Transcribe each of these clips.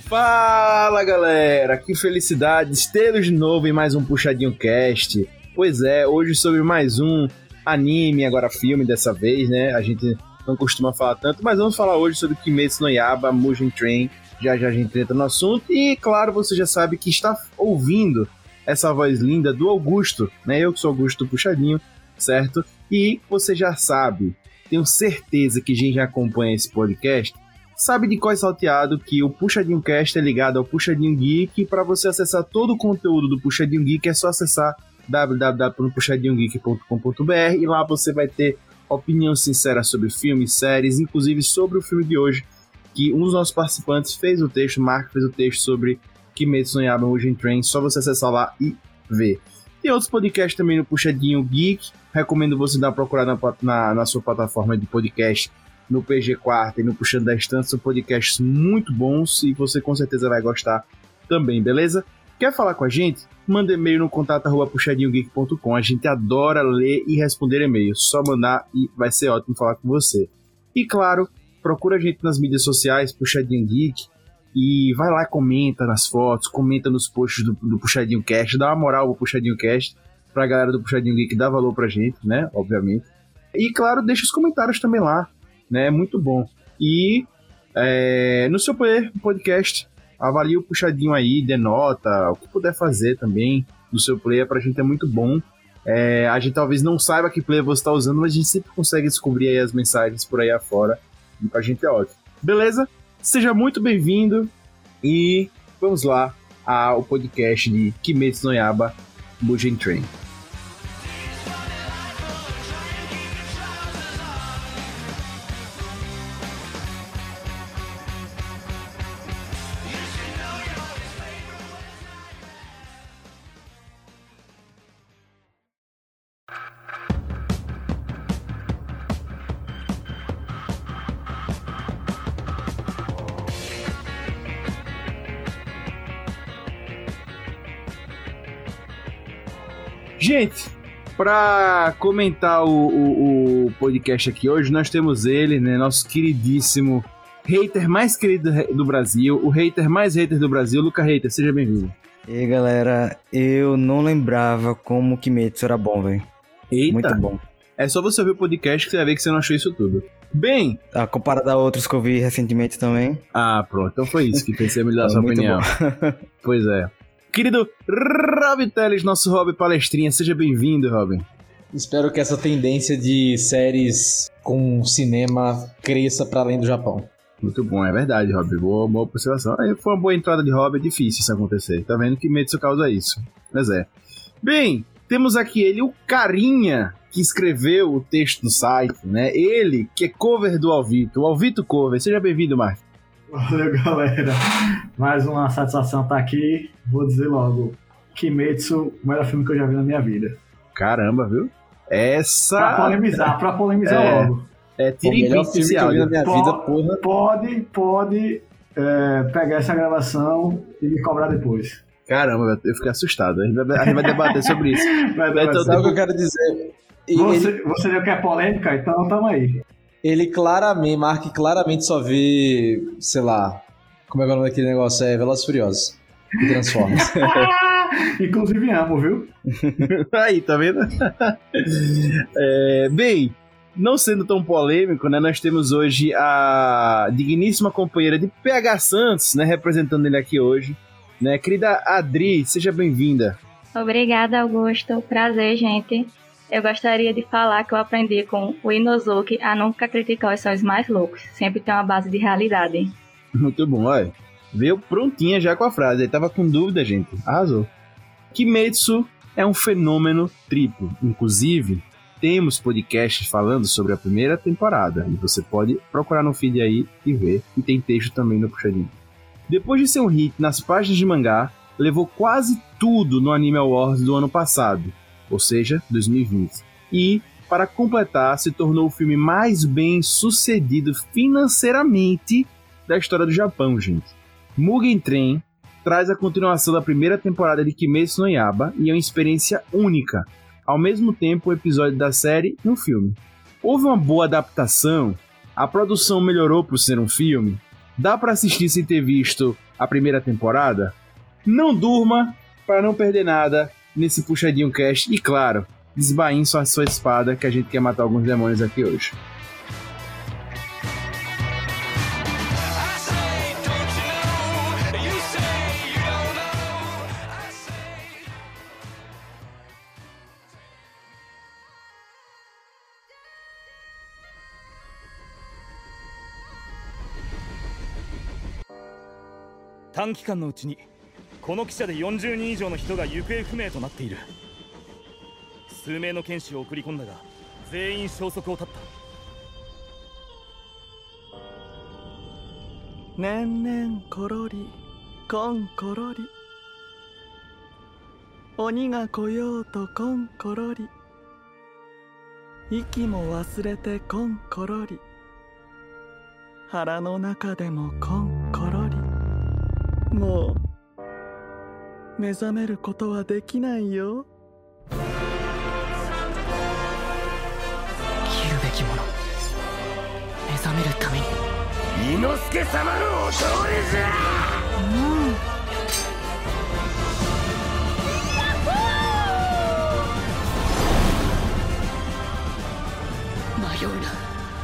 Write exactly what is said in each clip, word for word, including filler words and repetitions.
Fala galera, que felicidade tê-los de novo em mais um Puxadinho Cast. Pois é, hoje sobre mais um anime, agora filme dessa vez, né? A gente não costuma falar tanto, mas vamos falar hoje sobre Kimetsu no Yaiba, Mugen Train. Já já a gente entra no assunto e, claro, você já sabe que está ouvindo essa voz linda do Augusto, né? Eu que sou Augusto do Puxadinho, certo? E você já sabe, tenho certeza que quem já acompanha esse podcast sabe de qual é salteado que o Puxadinho Cast é ligado ao Puxadinho Geek, e para você acessar todo o conteúdo do Puxadinho Geek é só acessar w w w ponto puxadinho geek ponto com ponto b r e lá você vai ter opinião sincera sobre filmes, séries, inclusive sobre o filme de hoje, que um dos nossos participantes fez o texto, o Marco fez o texto sobre Kimetsu no Yaiba Mugen Train, só você acessar lá e ver. Tem outros podcasts também no Puxadinho Geek, recomendo você dar uma procurada na, na, na sua plataforma de podcast, no P G Quarta e no Puxando da Estância, são podcasts muito bons e você com certeza vai gostar também, beleza? Quer falar com a gente? Manda e-mail no contato arroba puxadinho geek ponto com. A gente adora ler e responder e-mails. Só mandar e vai ser ótimo falar com você. E claro, procura a gente nas mídias sociais, Puxadinho Geek, e vai lá, comenta nas fotos, comenta nos posts do, do Puxadinho Cast, dá uma moral pro Puxadinho Cast, pra galera do Puxadinho Geek dar valor pra gente, né? Obviamente. E claro, deixa os comentários também lá, né? É muito bom. E é, no seu player podcast, avalie o Puxadinho aí, dê nota, o que puder fazer também no seu player pra gente é muito bom. É, a gente talvez não saiba que player você está usando, mas a gente sempre consegue descobrir aí as mensagens por aí afora e pra gente é ótimo. Beleza? Seja muito bem-vindo e vamos lá ao podcast de Kimetsu no Yaiba Mugen Train. Gente, para comentar o, o, o podcast aqui hoje, nós temos ele, né, nosso queridíssimo hater mais querido do Brasil, o hater mais hater do Brasil, Luca Hater, seja bem-vindo. E aí, galera, eu não lembrava como Kimetsu era bom, velho. Eita, muito bom. É só você ouvir o podcast que você vai ver que você não achou isso tudo. Bem... Ah, comparado a outros que eu vi recentemente também. Ah, pronto, então foi isso que pensei me dar a sua opinião. Pois é. Querido Robin Teles, nosso Robin palestrinha, seja bem-vindo, Robin. Espero que essa tendência de séries com cinema cresça para além do Japão. Muito bom, é verdade, Robin. Boa, boa observação. Aí foi uma boa entrada de Robin, é difícil isso acontecer. Tá vendo que Kimetsu causa isso. Mas é. Bem, temos aqui ele, o carinha que escreveu o texto do site, né? Ele, que é cover do Alvito, o Alvito Cover. Seja bem-vindo, Marcos. Valeu, galera. Mais uma satisfação estar aqui. Vou dizer logo, Kimetsu, o melhor filme que eu já vi na minha vida. Caramba, viu? Essa... Pra polemizar, pra polemizar é, logo. É, tira em melhor filme que eu vi na minha vida, porra. Pode, pode é, pegar essa gravação e me cobrar depois. Caramba, eu fiquei assustado. A gente vai, a gente vai debater sobre isso. Vai, vai, então, sabe o que eu quero dizer? Você, ele... você viu que é polêmica? Então tamo aí. Ele claramente, Mark claramente só vê, sei lá, como é que é o nome daquele negócio? É Velozes e Furiosos e Transformers. Inclusive amo, viu? Aí, tá vendo? É, bem, não sendo tão polêmico, né, nós temos hoje a digníssima companheira de P H Santos, né, representando ele aqui hoje, né, querida Adri, seja bem-vinda. Obrigada, Augusto. Prazer, gente. Eu gostaria de falar que eu aprendi com o Inosuke a nunca criticar os sonhos mais loucos. Sempre tem uma base de realidade. Muito bom, olha. Veio prontinha já com a frase. Ele tava com dúvida, gente. Arrasou. Kimetsu é um fenômeno triplo. Inclusive, temos podcasts falando sobre a primeira temporada. E você pode procurar no feed aí e ver. E tem texto também no Puxadinho. Depois de ser um hit nas páginas de mangá, levou quase tudo no Anime Awards do ano passado. Ou seja, dois mil e vinte. E, para completar, se tornou o filme mais bem sucedido financeiramente da história do Japão, gente. Mugen Train traz a continuação da primeira temporada de Kimetsu no Yaiba e é uma experiência única, ao mesmo tempo um episódio da série e um filme. Houve uma boa adaptação, a produção melhorou por ser um filme, Dá pra assistir sem ter visto a primeira temporada? Não durma para não perder nada nesse Puxadinho Cast. E claro, desbainhe sua, sua espada, que a gente quer matar alguns demônios aqui hoje. 短期間のうちにこの汽車でよんじゅうにん以上の人が行方不明となっている。数名の剣士を送り込んだが全員消息を絶った。ねんねんころりこんころり鬼が来ようとこんころり息も忘れてこんころり腹の中でもこんころりもう目覚めることはできないよ。 切るべきもの目覚めるために伊之助様のお通りじゃ。うん迷うな。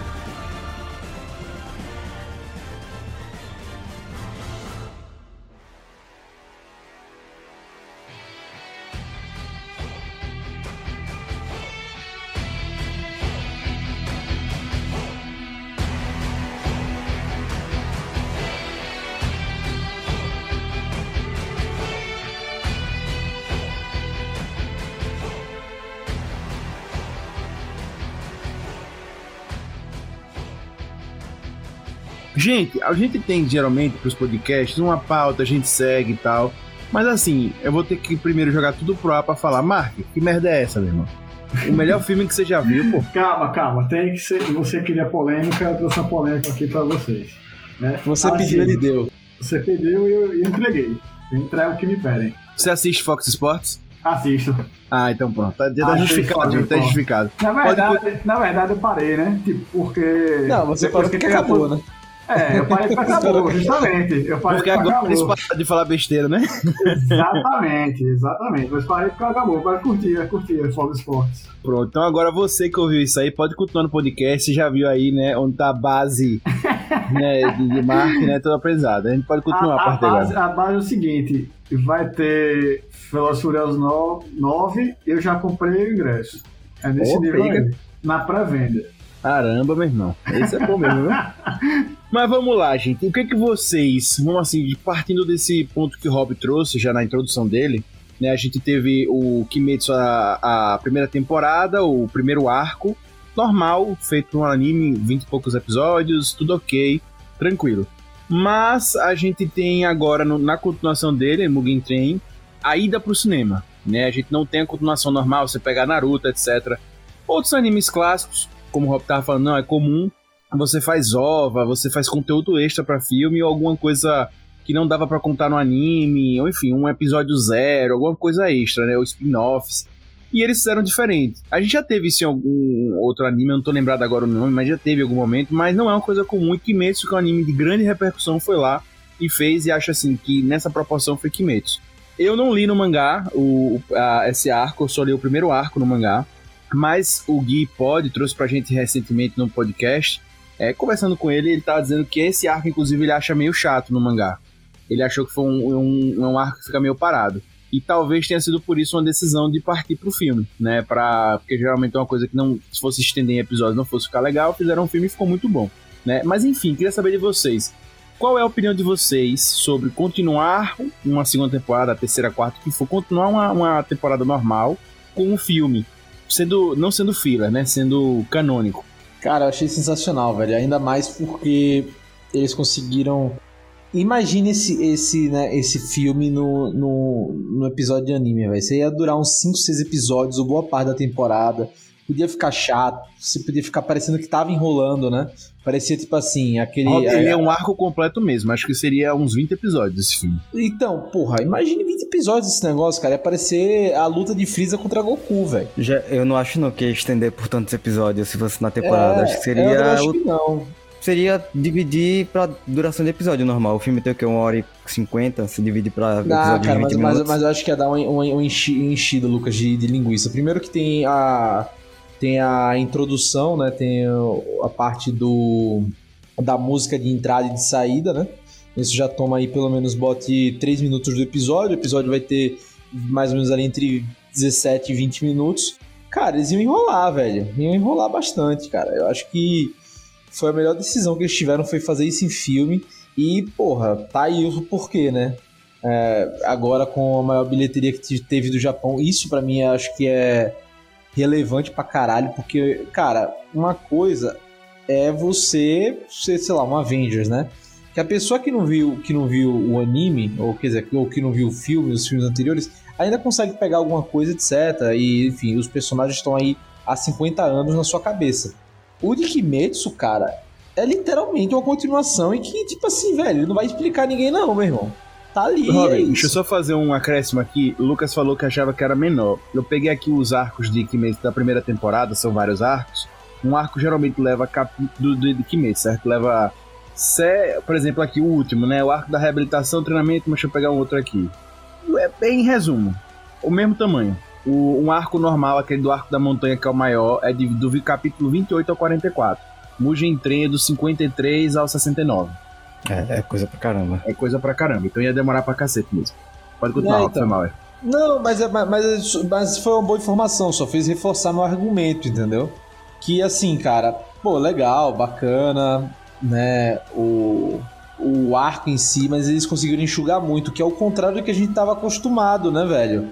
Gente, a gente tem geralmente pros podcasts uma pauta, a gente segue e tal. Mas assim, eu vou ter que primeiro jogar tudo pro ar pra falar. Mark, que merda é essa, meu irmão? O melhor filme que você já viu, pô. Calma, calma. Tem que ser. Você queria polêmica, eu trouxe uma polêmica aqui pra vocês. Né? Você assim, pediu, ele deu. Você pediu e eu, eu entreguei. Eu entrego o que me pedem. Você assiste Fox Sports? Assisto. Ah, então pronto. Tá, tá justificado, gente, tá justificado. Na verdade, Pode... na verdade, eu parei, né? Tipo, porque. Não, você parou porque acabou, né? É, eu parei porque acabou, justamente. Eu parei porque agora eles pararam de falar besteira, né? Exatamente, exatamente. Mas parei porque acabou, para curtir, curtir Fox Sports. Pronto, então agora você que ouviu isso aí, pode continuar no podcast, você já viu aí, né, onde tá a base né, de, de marketing, né, toda aprendizada. A gente pode continuar a, a parte base, agora. A base é o seguinte, vai ter Velozes e Furiosos nove, eu já comprei o ingresso. É nesse oh, nível pega. aí, na pré-venda. Caramba, meu irmão. Esse é bom mesmo, viu? Mas vamos lá, gente. O que que vocês... Vamos assim, partindo desse ponto que o Rob trouxe já na introdução dele, né? A gente teve o Kimetsu, a, a primeira temporada, o primeiro arco, normal, feito um anime, vinte e poucos episódios, tudo ok, tranquilo. Mas a gente tem agora, no, na continuação dele, Mugen Train, a ida pro cinema, né? A gente não tem a continuação normal, você pegar Naruto, etcétera. Outros animes clássicos, como o Rob tava falando, não, é comum, você faz ova, você faz conteúdo extra pra filme ou alguma coisa que não dava pra contar no anime, ou enfim, um episódio zero, alguma coisa extra, né, ou spin-offs, e eles fizeram diferente. A gente já teve isso em algum outro anime, eu não tô lembrado agora o nome, mas já teve em algum momento, mas não é uma coisa comum, e Kimetsu, que é um anime de grande repercussão, foi lá e fez, e acho assim, que nessa proporção foi Kimetsu. Eu não li no mangá o, a, esse arco, eu só li o primeiro arco no mangá, mas o Gui Pod trouxe pra gente recentemente no podcast, é, conversando com ele, ele tava dizendo que esse arco, inclusive, ele acha meio chato no mangá. Ele achou que foi um, um, um arco que fica meio parado. E talvez tenha sido por isso uma decisão de partir pro filme, né? Pra, porque geralmente é uma coisa que não, se fosse estender em episódios não fosse ficar legal, fizeram um filme e ficou muito bom, né? Mas enfim, queria saber de vocês. Qual é a opinião de vocês sobre continuar uma segunda temporada, a terceira, a quarta, que for continuar uma, uma temporada normal com um filme? Sendo, não sendo filler, né? Sendo canônico. Cara, eu achei sensacional, velho. Ainda mais porque eles conseguiram... Imagine esse, esse, né, esse filme no, no, no episódio de anime, velho. Você ia durar uns cinco, seis episódios, ou boa parte da temporada. Podia ficar chato, você podia ficar parecendo que tava enrolando, né? Parecia tipo assim, aquele... Ó, ele é um arco completo mesmo, acho que seria uns vinte episódios esse filme. Então, porra, imagine vinte episódios desse negócio, cara. Ia parecer a luta de Freeza contra Goku, velho. Já, eu não acho não que ia estender por tantos episódios se fosse na temporada. É, acho que seria... Eu acho que não. seria dividir pra duração de episódio normal. O filme tem o quê? Uma hora e cinquenta, se divide pra episódio Ah, de cara, vinte mas, minutos. mas, mas eu acho que ia dar um, um, um enchi- enchido, Lucas, de, de linguiça. Primeiro que tem a, tem a introdução, né? Tem o- a parte do da música de entrada e de saída, né? Isso já toma aí pelo menos bote três minutos do episódio. O episódio vai ter mais ou menos ali entre dezessete e vinte minutos. Cara, eles iam enrolar, velho. Iam enrolar bastante, cara. Eu acho que foi a melhor decisão que eles tiveram, foi fazer isso em filme. E, porra, tá aí o porquê, né? É, agora com a maior bilheteria que te- teve do Japão, isso pra mim eu acho que é relevante pra caralho, porque, cara, uma coisa é você ser, sei lá, um Avengers, né? Que a pessoa que não viu, que não viu o anime, ou quer dizer, ou que não viu o filme, os filmes anteriores, ainda consegue pegar alguma coisa, etcétera. E, enfim, os personagens estão aí há cinquenta anos na sua cabeça. O de Kimetsu, cara, é literalmente uma continuação e que, tipo assim, velho, ele não vai explicar a ninguém não, meu irmão. Tá ali, é Robin, isso. deixa eu só fazer um acréscimo aqui. O Lucas falou que achava que era menor. Eu peguei aqui os arcos de Kimetsu da primeira temporada, são vários arcos. Um arco geralmente leva capítulo de, de Kimetsu, certo? Leva, se, por exemplo, aqui o último, né? O arco da reabilitação, treinamento, mas deixa eu pegar um outro aqui. É bem em resumo, o mesmo tamanho. O, um arco normal, aquele do arco da montanha que é o maior, é de, do capítulo vinte e oito ao quarenta e quatro. Mugen Train é do cinquenta e três ao sessenta e nove. É, é coisa pra caramba. É coisa pra caramba, então ia demorar pra cacete mesmo. Pode continuar, É, Rob, então. foi mal. É. Não, mas, é- mas, mas, mas foi uma boa informação, só fez reforçar meu argumento, entendeu? Que assim, cara, pô, legal, bacana, né, o, o arco em si, mas eles conseguiram enxugar muito, que é o contrário do que a gente tava acostumado, né, velho?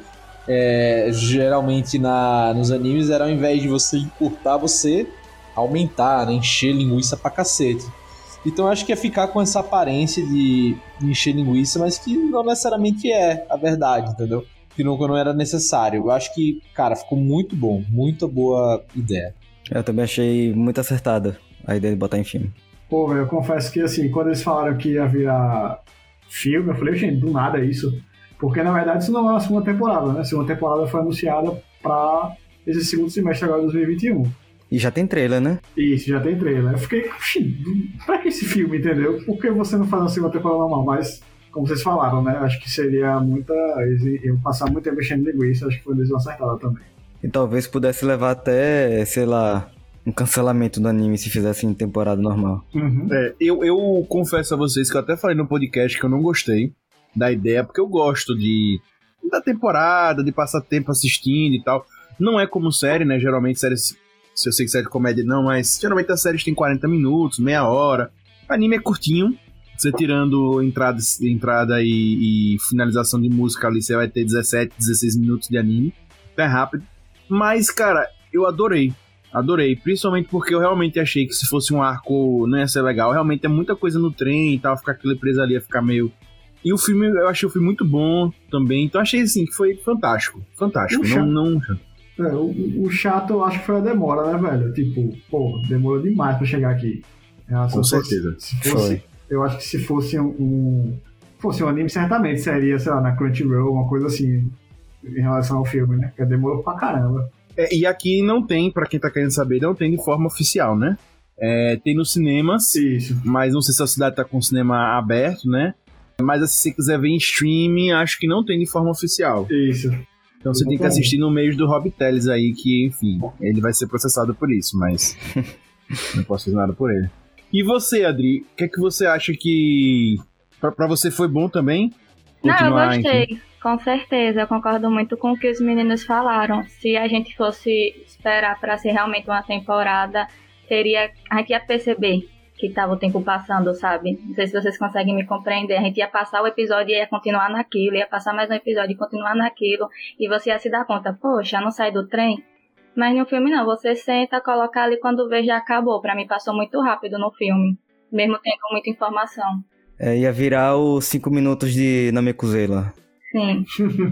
É, geralmente na, nos animes era ao invés de você encurtar, você aumentar, né, encher linguiça pra cacete. Então eu acho que é ficar com essa aparência de, de encher linguiça, mas que não necessariamente é a verdade, entendeu? Que não, não era necessário. Eu acho que, cara, ficou muito bom, muito boa ideia. Eu também achei muito acertada a ideia de botar em filme. Pô, velho, eu confesso que assim, quando eles falaram que ia virar filme, eu falei, gente, do nada é isso. Porque na verdade isso não é uma segunda temporada, né? A segunda temporada foi anunciada pra esse segundo semestre agora de dois mil e vinte e um. E já tem trailer, né? Isso, já tem trailer. Eu fiquei, "Oxi, pra que esse filme, entendeu? Por que você não faz uma segunda temporada normal?" Mas, como vocês falaram, né? Acho que seria muita. Eles iam passar muito tempo mexendo em linguiça, acho que foi uma decisão acertada também. E talvez pudesse levar até, sei lá, um cancelamento do anime se fizesse em temporada normal. Uhum. É, eu, eu confesso a vocês que eu até falei no podcast que eu não gostei da ideia, porque eu gosto de da temporada, de passar tempo assistindo e tal. Não é como série, né? Geralmente séries, se eu sei que série de comédia não, mas geralmente as séries têm quarenta minutos, meia hora. Anime é curtinho. Você tirando entrada, entrada e, e finalização de música ali, você vai ter dezessete, dezesseis minutos de anime. É rápido. Mas, cara, eu adorei. Adorei. Principalmente porque eu realmente achei que se fosse um arco não ia ser legal. Realmente é muita coisa no trem e tal. Ficar aquele preso ali ia ficar meio... E o filme, eu achei o filme muito bom também. Então achei, assim, que foi fantástico. Fantástico. Puxa. Não... não... É, o, o chato eu acho que foi a demora, né, velho? Tipo, pô, demorou demais pra chegar aqui. Em relação Com a- certeza. Se fosse, Foi. eu acho que se fosse um, um fosse um anime, certamente seria, sei lá, na Crunchyroll, uma coisa assim, em relação ao filme, né? Porque demorou pra caramba. É, e aqui não tem, pra quem tá querendo saber, não tem de forma oficial, né? É, tem nos cinemas, Isso. mas não sei se a cidade tá com o cinema aberto, né? Mas assim, se você quiser ver em streaming, acho que não tem de forma oficial. Isso. Então você tem que assistir no meio do Rob Telles aí, que, enfim, ele vai ser processado por isso, mas não posso fazer nada por ele. E você, Adri, o que é que você acha que... Pra, pra você foi bom também? Não, eu Continuar, gostei, enfim? com certeza. Eu concordo muito com o que os meninos falaram. Se a gente fosse esperar pra ser realmente uma temporada, teria, a gente ia perceber que tava o tempo passando, sabe? Não sei se vocês conseguem me compreender. A gente ia passar o episódio e ia continuar naquilo, ia passar mais um episódio e continuar naquilo, e você ia se dar conta, poxa, não sai do trem? Mas no filme não, você senta, coloca ali, quando vê já acabou. Pra mim passou muito rápido no filme, mesmo tendo muita informação. É, ia virar os cinco minutos de Namekusei. Sim.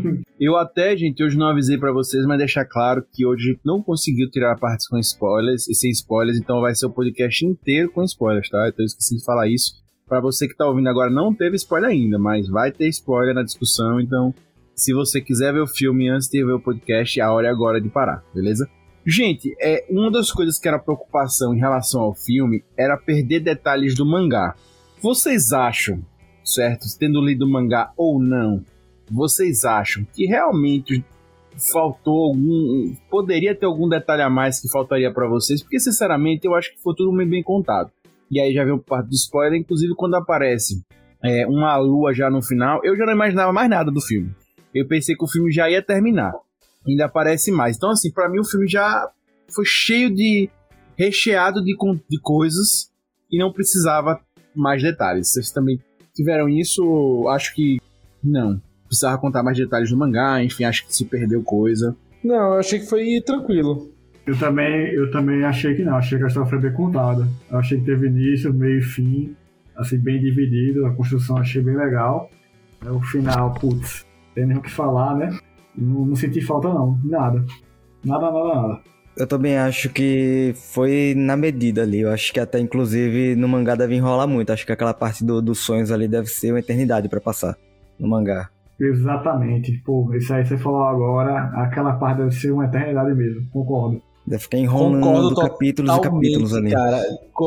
Eu até, gente, hoje não avisei pra vocês, mas deixar claro que hoje a gente não conseguiu tirar partes com spoilers, e sem spoilers, então vai ser o podcast inteiro com spoilers, tá? Então eu esqueci de falar isso. Pra você que tá ouvindo agora, não teve spoiler ainda, mas vai ter spoiler na discussão, então se você quiser ver o filme antes de ver o podcast, a hora é agora de parar, beleza? Gente, é, uma das coisas que era preocupação em relação ao filme era perder detalhes do mangá. Vocês acham, certo, tendo lido o mangá ou não, vocês acham que realmente faltou algum... poderia ter algum detalhe a mais que faltaria pra vocês? Porque, sinceramente, eu acho que foi tudo muito bem contado. E aí já veio parte do spoiler, inclusive quando aparece é, uma lua já no final, eu já não imaginava mais nada do filme. Eu pensei que o filme já ia terminar. Ainda aparece mais. Então, assim, pra mim o filme já foi cheio de... recheado de, de coisas e não precisava mais detalhes. Vocês também tiveram isso? Acho que não. Precisava contar mais detalhes do mangá, enfim, acho que se perdeu coisa. Não, eu achei que foi tranquilo. Eu também, eu também achei que não. Achei que a história foi bem contada. Eu achei que teve início, meio e fim, assim, bem dividido. A construção achei bem legal. O final, putz, tem nem o que falar, né? Não, não senti falta, não. Nada. Nada, nada, nada. Eu também acho que foi na medida ali. Eu acho que até, inclusive, no mangá deve enrolar muito. Acho que aquela parte do, dos sonhos ali deve ser uma eternidade pra passar no mangá. Exatamente. Pô, isso aí você falou agora. Aquela parte deve ser uma eternidade mesmo. Concordo. Deve ficar enrolando capítulos e capítulos ali. Cara,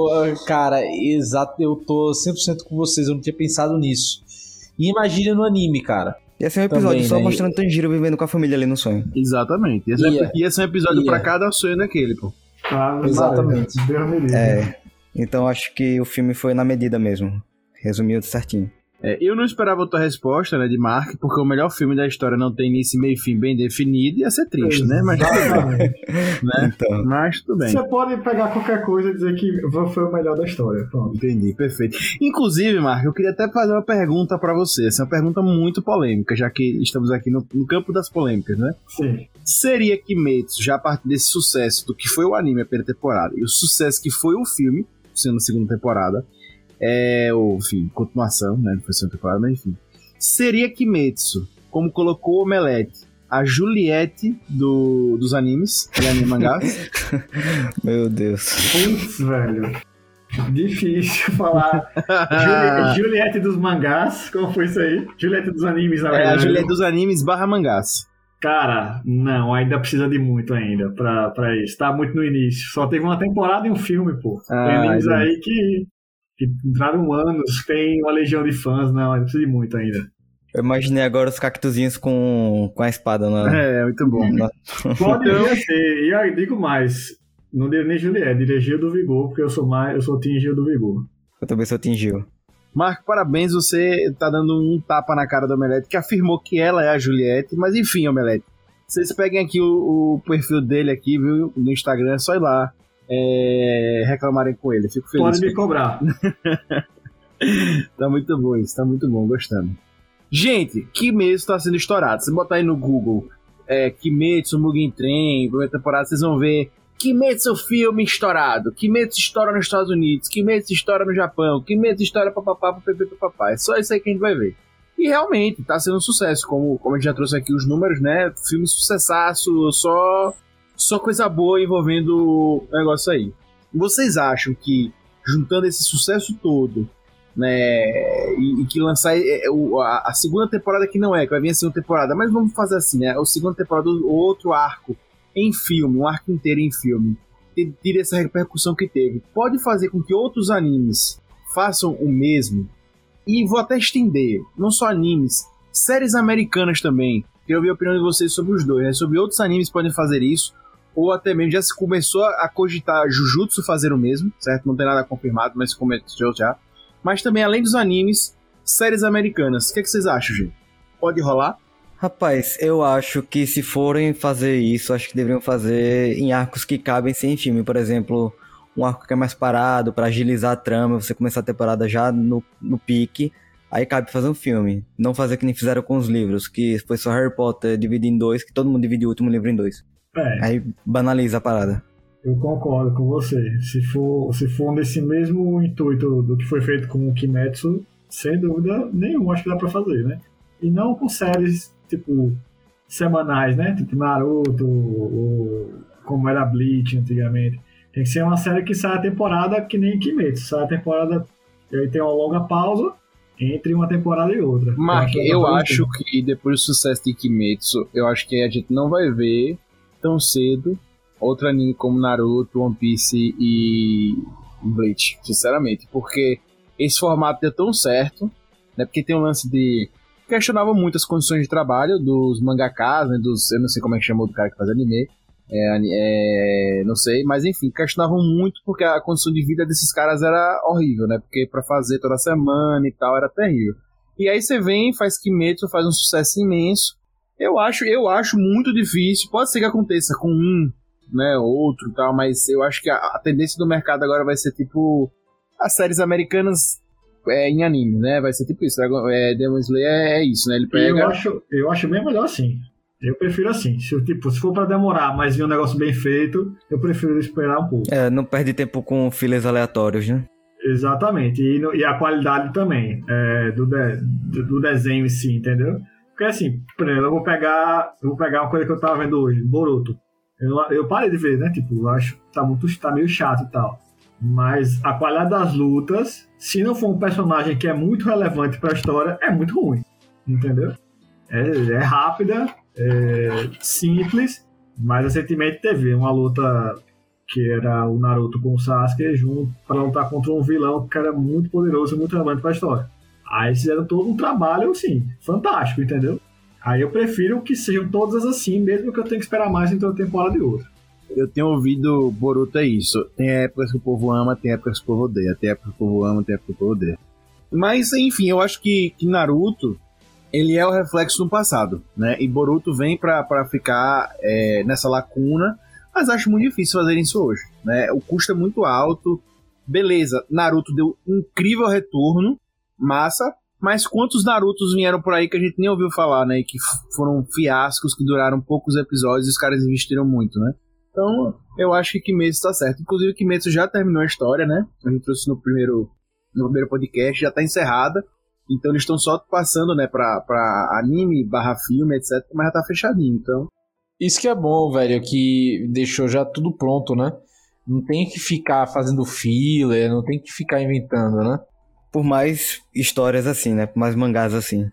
cara, exato. Eu tô cem por cento com vocês. Eu não tinha pensado nisso. E imagina no anime, cara. Ia ser um episódio Também, só né? mostrando Tanjiro vivendo com a família ali no sonho. Exatamente. Ia ser, Ia. ia ser um episódio Ia. pra cada sonho daquele, pô. Tá, Exatamente. Deus me livre. É. Então acho que o filme foi na medida mesmo. Resumiu certinho. É, eu não esperava a tua resposta, né, de Mark, porque o melhor filme da história não tem início, meio e fim bem definido, ia ser triste, né? Mas tudo bem. Né? Então. Mas tudo bem. Você pode pegar qualquer coisa e dizer que foi o melhor da história. Pronto. Entendi, perfeito. Inclusive, Mark, eu queria até fazer uma pergunta pra você. Essa é uma pergunta muito polêmica, já que estamos aqui no, no campo das polêmicas, né? Sim. Seria Kimetsu, já a partir desse sucesso do que foi o anime a primeira temporada e o sucesso que foi o filme, sendo a segunda temporada, é, ou, enfim, continuação, né? Não foi a segunda temporada, mas enfim. Seria Kimetsu, como colocou o Omelete, a Juliette do, dos animes e anime mangás? Meu Deus. Putz, velho. Difícil falar. Juli- Juliette dos mangás. Como foi isso aí? Juliette dos animes, na É, a verdade. Juliette dos animes barra mangás. Cara, não, ainda precisa de muito ainda pra, pra isso. Tá muito no início. Só teve uma temporada e um filme, pô. Ah, tem animes entendi. aí que, que entraram anos, tem uma legião de fãs. Não, ainda precisa de muito ainda. Eu imaginei agora os cactuzinhos com, com a espada na... É, muito bom. na... Poderia ser. E eu digo mais. Não diria nem Juliette, diria Gil do Vigor, porque eu sou mais, eu sou Team Gil do Vigor. Eu também sou Tingiu. Marco, parabéns, você tá dando um tapa na cara da Omelete, que afirmou que ela é a Juliette, mas enfim, Omelete, vocês peguem aqui o, o perfil dele aqui, viu, no Instagram, é só ir lá é, reclamarem com ele, fico feliz. Pode me cobrar. Tá muito bom isso, tá muito bom, gostando. Gente, Kimetsu tá sendo estourado, se botar aí no Google é, Kimetsu Mugen Train, primeira temporada, vocês vão ver Kimetsu filme estourado, Kimetsu estoura nos Estados Unidos, Kimetsu estoura no Japão, Kimetsu estoura papapá, papapá, papapá. É só isso aí que a gente vai ver. E realmente, tá sendo um sucesso, como, como a gente já trouxe aqui os números, né? Filme sucessaço, só, só coisa boa envolvendo o negócio aí. Vocês acham que, juntando esse sucesso todo, né, e, e que lançar é, o, a, a segunda temporada que não é, que vai vir a segunda temporada, mas vamos fazer assim, né? A segunda temporada, o outro arco em filme, um arco inteiro em filme, ter essa repercussão que teve, pode fazer com que outros animes façam o mesmo. E vou até estender, não só animes, séries americanas também. Queria ouvir a opinião de vocês sobre os dois, né? Sobre outros animes que podem fazer isso, ou até mesmo já se começou a cogitar Jujutsu fazer o mesmo, certo? Não tem nada confirmado, mas começou já. Mas também, além dos animes, séries americanas. O que, é que vocês acham, gente? Pode rolar? Rapaz, eu acho que se forem fazer isso, acho que deveriam fazer em arcos que cabem sem filme. Por exemplo, um arco que é mais parado, pra agilizar a trama, você começar a temporada já no, no pique, aí cabe fazer um filme. Não fazer que nem fizeram com os livros, que foi só Harry Potter dividir em dois, que todo mundo dividiu o último livro em dois. É, Aí banaliza a parada. eu concordo com você. Se for, se for nesse mesmo intuito do que foi feito com o Kimetsu, sem dúvida nenhuma, acho que dá pra fazer, né? E não com séries, tipo, semanais, né? Tipo Naruto, ou como era Bleach antigamente. Tem que ser uma série que sai a temporada que nem Kimetsu. Sai a temporada, e aí tem uma longa pausa entre uma temporada e outra. Mark, que eu dá pra acho fazer. que depois do sucesso de Kimetsu, eu acho que a gente não vai ver tão cedo outro anime como Naruto, One Piece e Bleach, sinceramente, porque esse formato deu tão certo, né? Porque tem um lance de... questionava muito as condições de trabalho dos mangakas, né? Dos... eu não sei como é que chamou do cara que faz anime, é, é, não sei, mas enfim, questionavam muito porque a condição de vida desses caras era horrível, né? Porque pra fazer toda semana e tal era terrível. E aí você vem, faz Kimetsu, faz um sucesso imenso. Eu acho, eu acho muito difícil, pode ser que aconteça com um, né, outro e tal, mas eu acho que a, a tendência do mercado agora vai ser tipo as séries americanas é, em anime, né? Vai ser tipo isso. É, Demon Slayer é, é isso, né? Ele pega... Eu acho, eu acho bem melhor assim. Eu prefiro assim. Se, tipo, se for pra demorar, mas vir um negócio bem feito, eu prefiro esperar um pouco. É, não perde tempo com fillers aleatórios, né? Exatamente. E, no, e a qualidade também é, do, de, do desenho em si, entendeu? Porque assim, por exemplo, eu vou pegar, eu vou pegar uma coisa que eu tava vendo hoje, Boruto. Eu, eu parei de ver, né? Tipo, eu acho que tá, muito, tá meio chato e tal. Mas a qualidade das lutas, se não for um personagem que é muito relevante pra história, é muito ruim. Entendeu? É, é rápida, é simples, mas recentemente teve uma luta que era o Naruto com o Sasuke junto pra lutar contra um vilão que era muito poderoso e muito relevante pra história. Aí eles fizeram todo um trabalho, assim, fantástico, entendeu? Aí eu prefiro que sejam todas assim, mesmo que eu tenha que esperar mais entre uma temporada e outra. Eu tenho ouvido Boruto é isso. Tem épocas que o povo ama, tem épocas que o povo odeia. Tem épocas que o povo ama, tem épocas que o povo odeia. Mas, enfim, eu acho que, que Naruto, ele é o reflexo do passado, né? E Boruto vem pra, pra ficar é, nessa lacuna, mas acho muito difícil fazer isso hoje, né? O custo é muito alto. Beleza, Naruto deu um incrível retorno, massa, mas quantos Narutos vieram por aí que a gente nem ouviu falar, né? E que foram fiascos, que duraram poucos episódios e os caras investiram muito, né? Então, eu acho que Kimetsu tá certo. Inclusive, Kimetsu já terminou a história, né? A gente trouxe no primeiro, no primeiro podcast, já tá encerrada. Então, eles estão só passando, né, pra, pra anime, barra filme, etcétera. Mas já tá fechadinho, então... Isso que é bom, velho, que deixou já tudo pronto, né? Não tem que ficar fazendo filler, não tem que ficar inventando, né? Por mais histórias assim, né? Por mais mangás assim.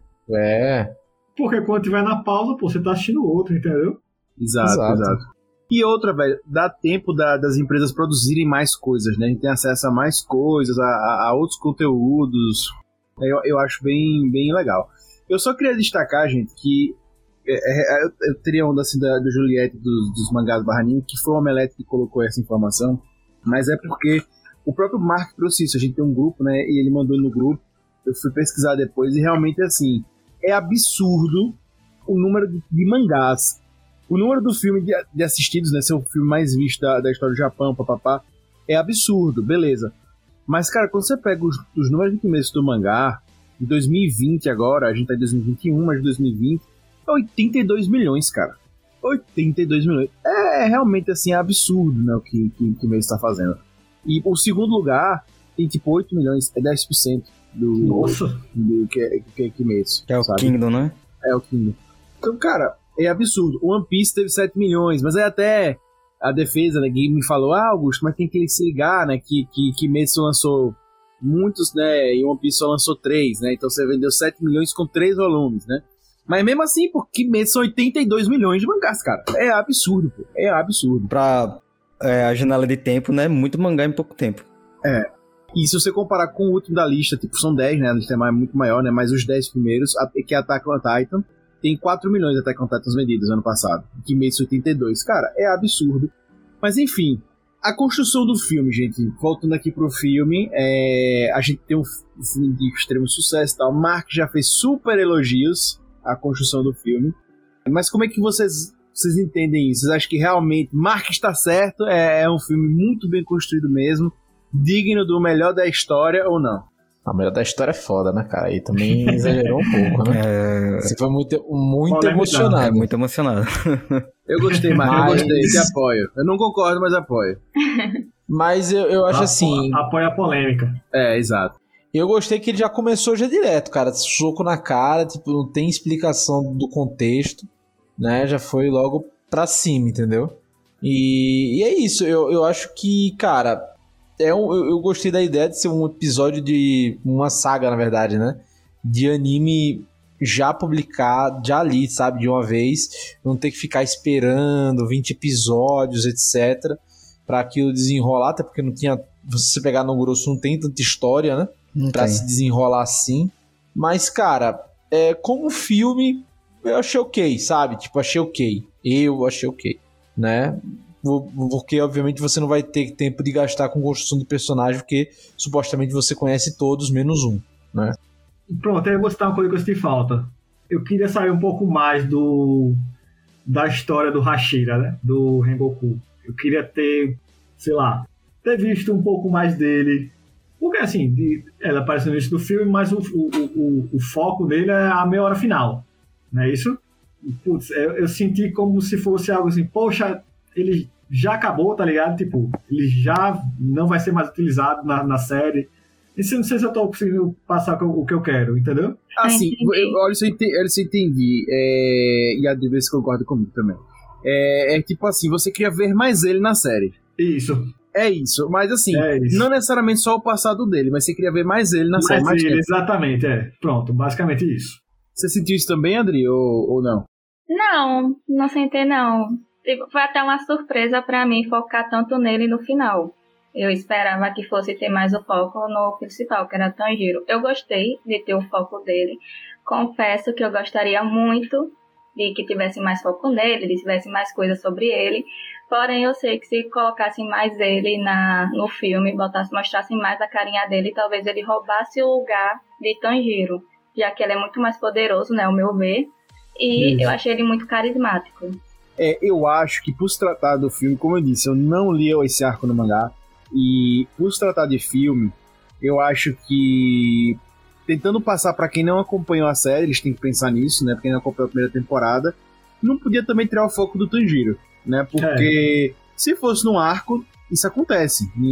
É. Porque quando tiver na pausa, pô, você tá assistindo outro, entendeu? Exato, exato. exato. E outra, velho, dá tempo da, das empresas produzirem mais coisas, né? A gente tem acesso a mais coisas, a, a, a outros conteúdos. Eu, eu acho bem, bem legal. Eu só queria destacar, gente, que é, é, eu, eu teria onda assim da, do Juliette dos, dos mangás barra anime, que foi o Omelete que colocou essa informação, mas é porque o próprio Mark trouxe isso. A gente tem um grupo, né? E ele mandou no grupo. Eu fui pesquisar depois e realmente, assim, é absurdo o número de, de mangás. O número do filme de, de assistidos, né? Ser o filme mais visto da, da história do Japão, papapá, é absurdo, beleza. Mas, cara, quando você pega os, os números de começo do mangá, em dois mil e vinte agora, a gente tá em dois mil e vinte e um, mas em dois mil e vinte, é oitenta e dois milhões, cara. oitenta e dois milhões. É, é realmente, assim, absurdo, né? O que, que, que o mês tá fazendo. E o segundo lugar tem, tipo, oito milhões, é dez por cento do... Nossa! Do que, que, que mês, Que é o sabe? Kingdom, né? É o Kingdom. Então, cara... é absurdo. O One Piece teve sete milhões, mas aí até a defesa, né, me falou, ah, Augusto, mas tem que se ligar, né, que, que Kimetsu lançou muitos, né, e o One Piece só lançou três, né, então você vendeu sete milhões com três volumes, né. Mas mesmo assim, pô, Kimetsu são oitenta e dois milhões de mangás, cara. É absurdo, pô. É absurdo. Pra é, a janela de tempo, né, muito mangá em pouco tempo. É. E se você comparar com o último da lista, tipo, são dez, né, a lista é muito maior, né, mas os dez primeiros, que é Attack on Titan, tem quatro milhões de Attack on Titans vendidos ano passado. Kimetsu oitenta e dois. Cara, é absurdo. Mas enfim, a construção do filme, gente. Voltando aqui pro filme, é... a gente tem um filme de extremo sucesso e tal. Mark já fez super elogios à construção do filme. Mas como é que vocês, vocês entendem isso? Vocês acham que realmente Mark está certo? É, é um filme muito bem construído mesmo? Digno do melhor da história ou não? A melhor da história é foda, né, cara? Aí também exagerou um pouco, né? É... Você foi muito, muito emocionado. É, muito emocionado. Eu gostei, Mark, mas... eu gostei, te apoio. Eu não concordo, mas apoio. Mas eu, eu acho Apo... assim... Apoia a polêmica. É, exato. Eu gostei que ele já começou já direto, cara. Soco na cara, tipo, não tem explicação do contexto, né? Já foi logo pra cima, entendeu? E, e é isso. Eu, eu acho que, cara... É um, eu, eu gostei da ideia de ser um episódio de... Uma saga, na verdade, né? De anime já publicar, já ali, sabe, de uma vez, não ter que ficar esperando vinte episódios, etcétera, pra aquilo desenrolar, até porque não tinha, se você pegar no grosso, não tem tanta história, né, Não pra tem. se desenrolar assim. Mas, cara, é, como filme, eu achei ok, sabe, tipo, achei ok, eu achei ok, né, porque obviamente você não vai ter tempo de gastar com construção de personagem, porque supostamente você conhece todos, menos um, né. Pronto, aí eu vou citar uma coisa que eu senti falta. Eu queria saber um pouco mais do da história do Hashira, né? Do Rengoku. Eu queria ter, sei lá, ter visto um pouco mais dele. Porque, assim, de, ela aparece no início do filme, mas o, o, o, o foco dele é a meia hora final. Não é isso? Putz, eu, eu senti como se fosse algo assim, poxa, ele já acabou, tá ligado? Tipo, ele já não vai ser mais utilizado na, na série. Isso eu não sei se eu tô conseguindo passar o que eu quero, entendeu? Assim, entendi. eu, olha, se eu entendi, olha, se eu entendi é, e a D B se concorda comigo também. É, é tipo assim, você queria ver mais ele na série. Isso. É isso, mas assim, É isso. não necessariamente só o passado dele, mas você queria ver mais ele na Mas série. Mais ele, tempo. exatamente, é. Pronto, basicamente isso. Você sentiu isso também, Adri, ou, ou não? Não, não senti não. Tipo, foi até uma surpresa pra mim focar tanto nele no final. Eu esperava que fosse ter mais o foco no principal, que era Tanjiro. Eu gostei de ter o foco dele. Confesso que eu gostaria muito de que tivesse mais foco nele, de tivesse mais coisas sobre ele. Porém, eu sei que se colocassem mais ele na, no filme, botasse, mostrassem mais a carinha dele, talvez ele roubasse o lugar de Tanjiro, já que ele é muito mais poderoso, né, ao meu ver. E Isso. eu achei ele muito carismático. É, eu acho que por se tratar do filme, como eu disse, eu não li esse arco no mangá. E por se tratar de filme, eu acho que tentando passar pra quem não acompanhou a série, eles têm que pensar nisso, né? Pra quem não acompanhou a primeira temporada, não podia também tirar o foco do Tanjiro, né? Porque se fosse num arco, isso acontece. Em,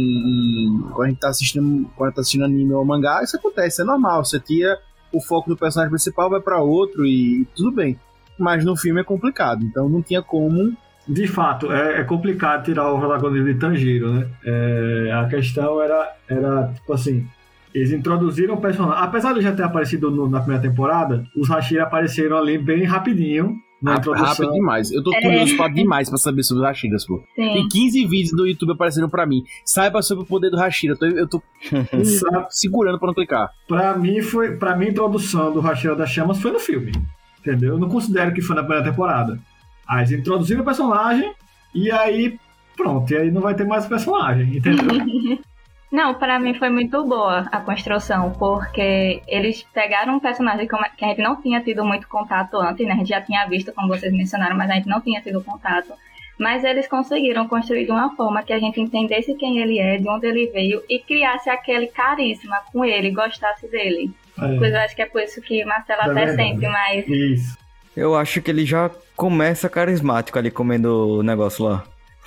em, em, quando a gente tá assistindo, quando tá assistindo anime ou mangá, isso acontece, é normal. Você tira o foco do personagem principal, vai pra outro e tudo bem. Mas no filme é complicado, então não tinha como. De fato, é, é complicado tirar o protagonismo de Tanjiro, né? É, a questão era, era, tipo assim, eles introduziram o personagem. Apesar de já ter aparecido no, na primeira temporada, os Hashira apareceram ali bem rapidinho na Rápido, introdução. rápido demais. Eu tô É. curioso pra demais pra saber sobre os Hashiras, pô. Sim. Tem quinze vídeos do YouTube aparecendo pra mim. Saiba sobre o poder do Hashira. Eu tô, eu tô Sabe? segurando pra não clicar. Pra mim, foi, pra mim, a introdução do Hashira das Chamas foi no filme. Entendeu? Eu não considero que foi na primeira temporada. Aí eles introduziram o personagem e aí, pronto. E aí não vai ter mais personagem, entendeu? Não, pra mim foi muito boa a construção, porque eles pegaram um personagem que a gente não tinha tido muito contato antes, né? A gente já tinha visto, como vocês mencionaram, mas a gente não tinha tido contato. Mas eles conseguiram construir de uma forma que a gente entendesse quem ele é, de onde ele veio, e criasse aquele carisma com ele, gostasse dele. É, Pois eu acho que é por isso que Marcelo É até verdade. sente mais... isso. Eu acho que ele já começa carismático ali comendo o negócio lá.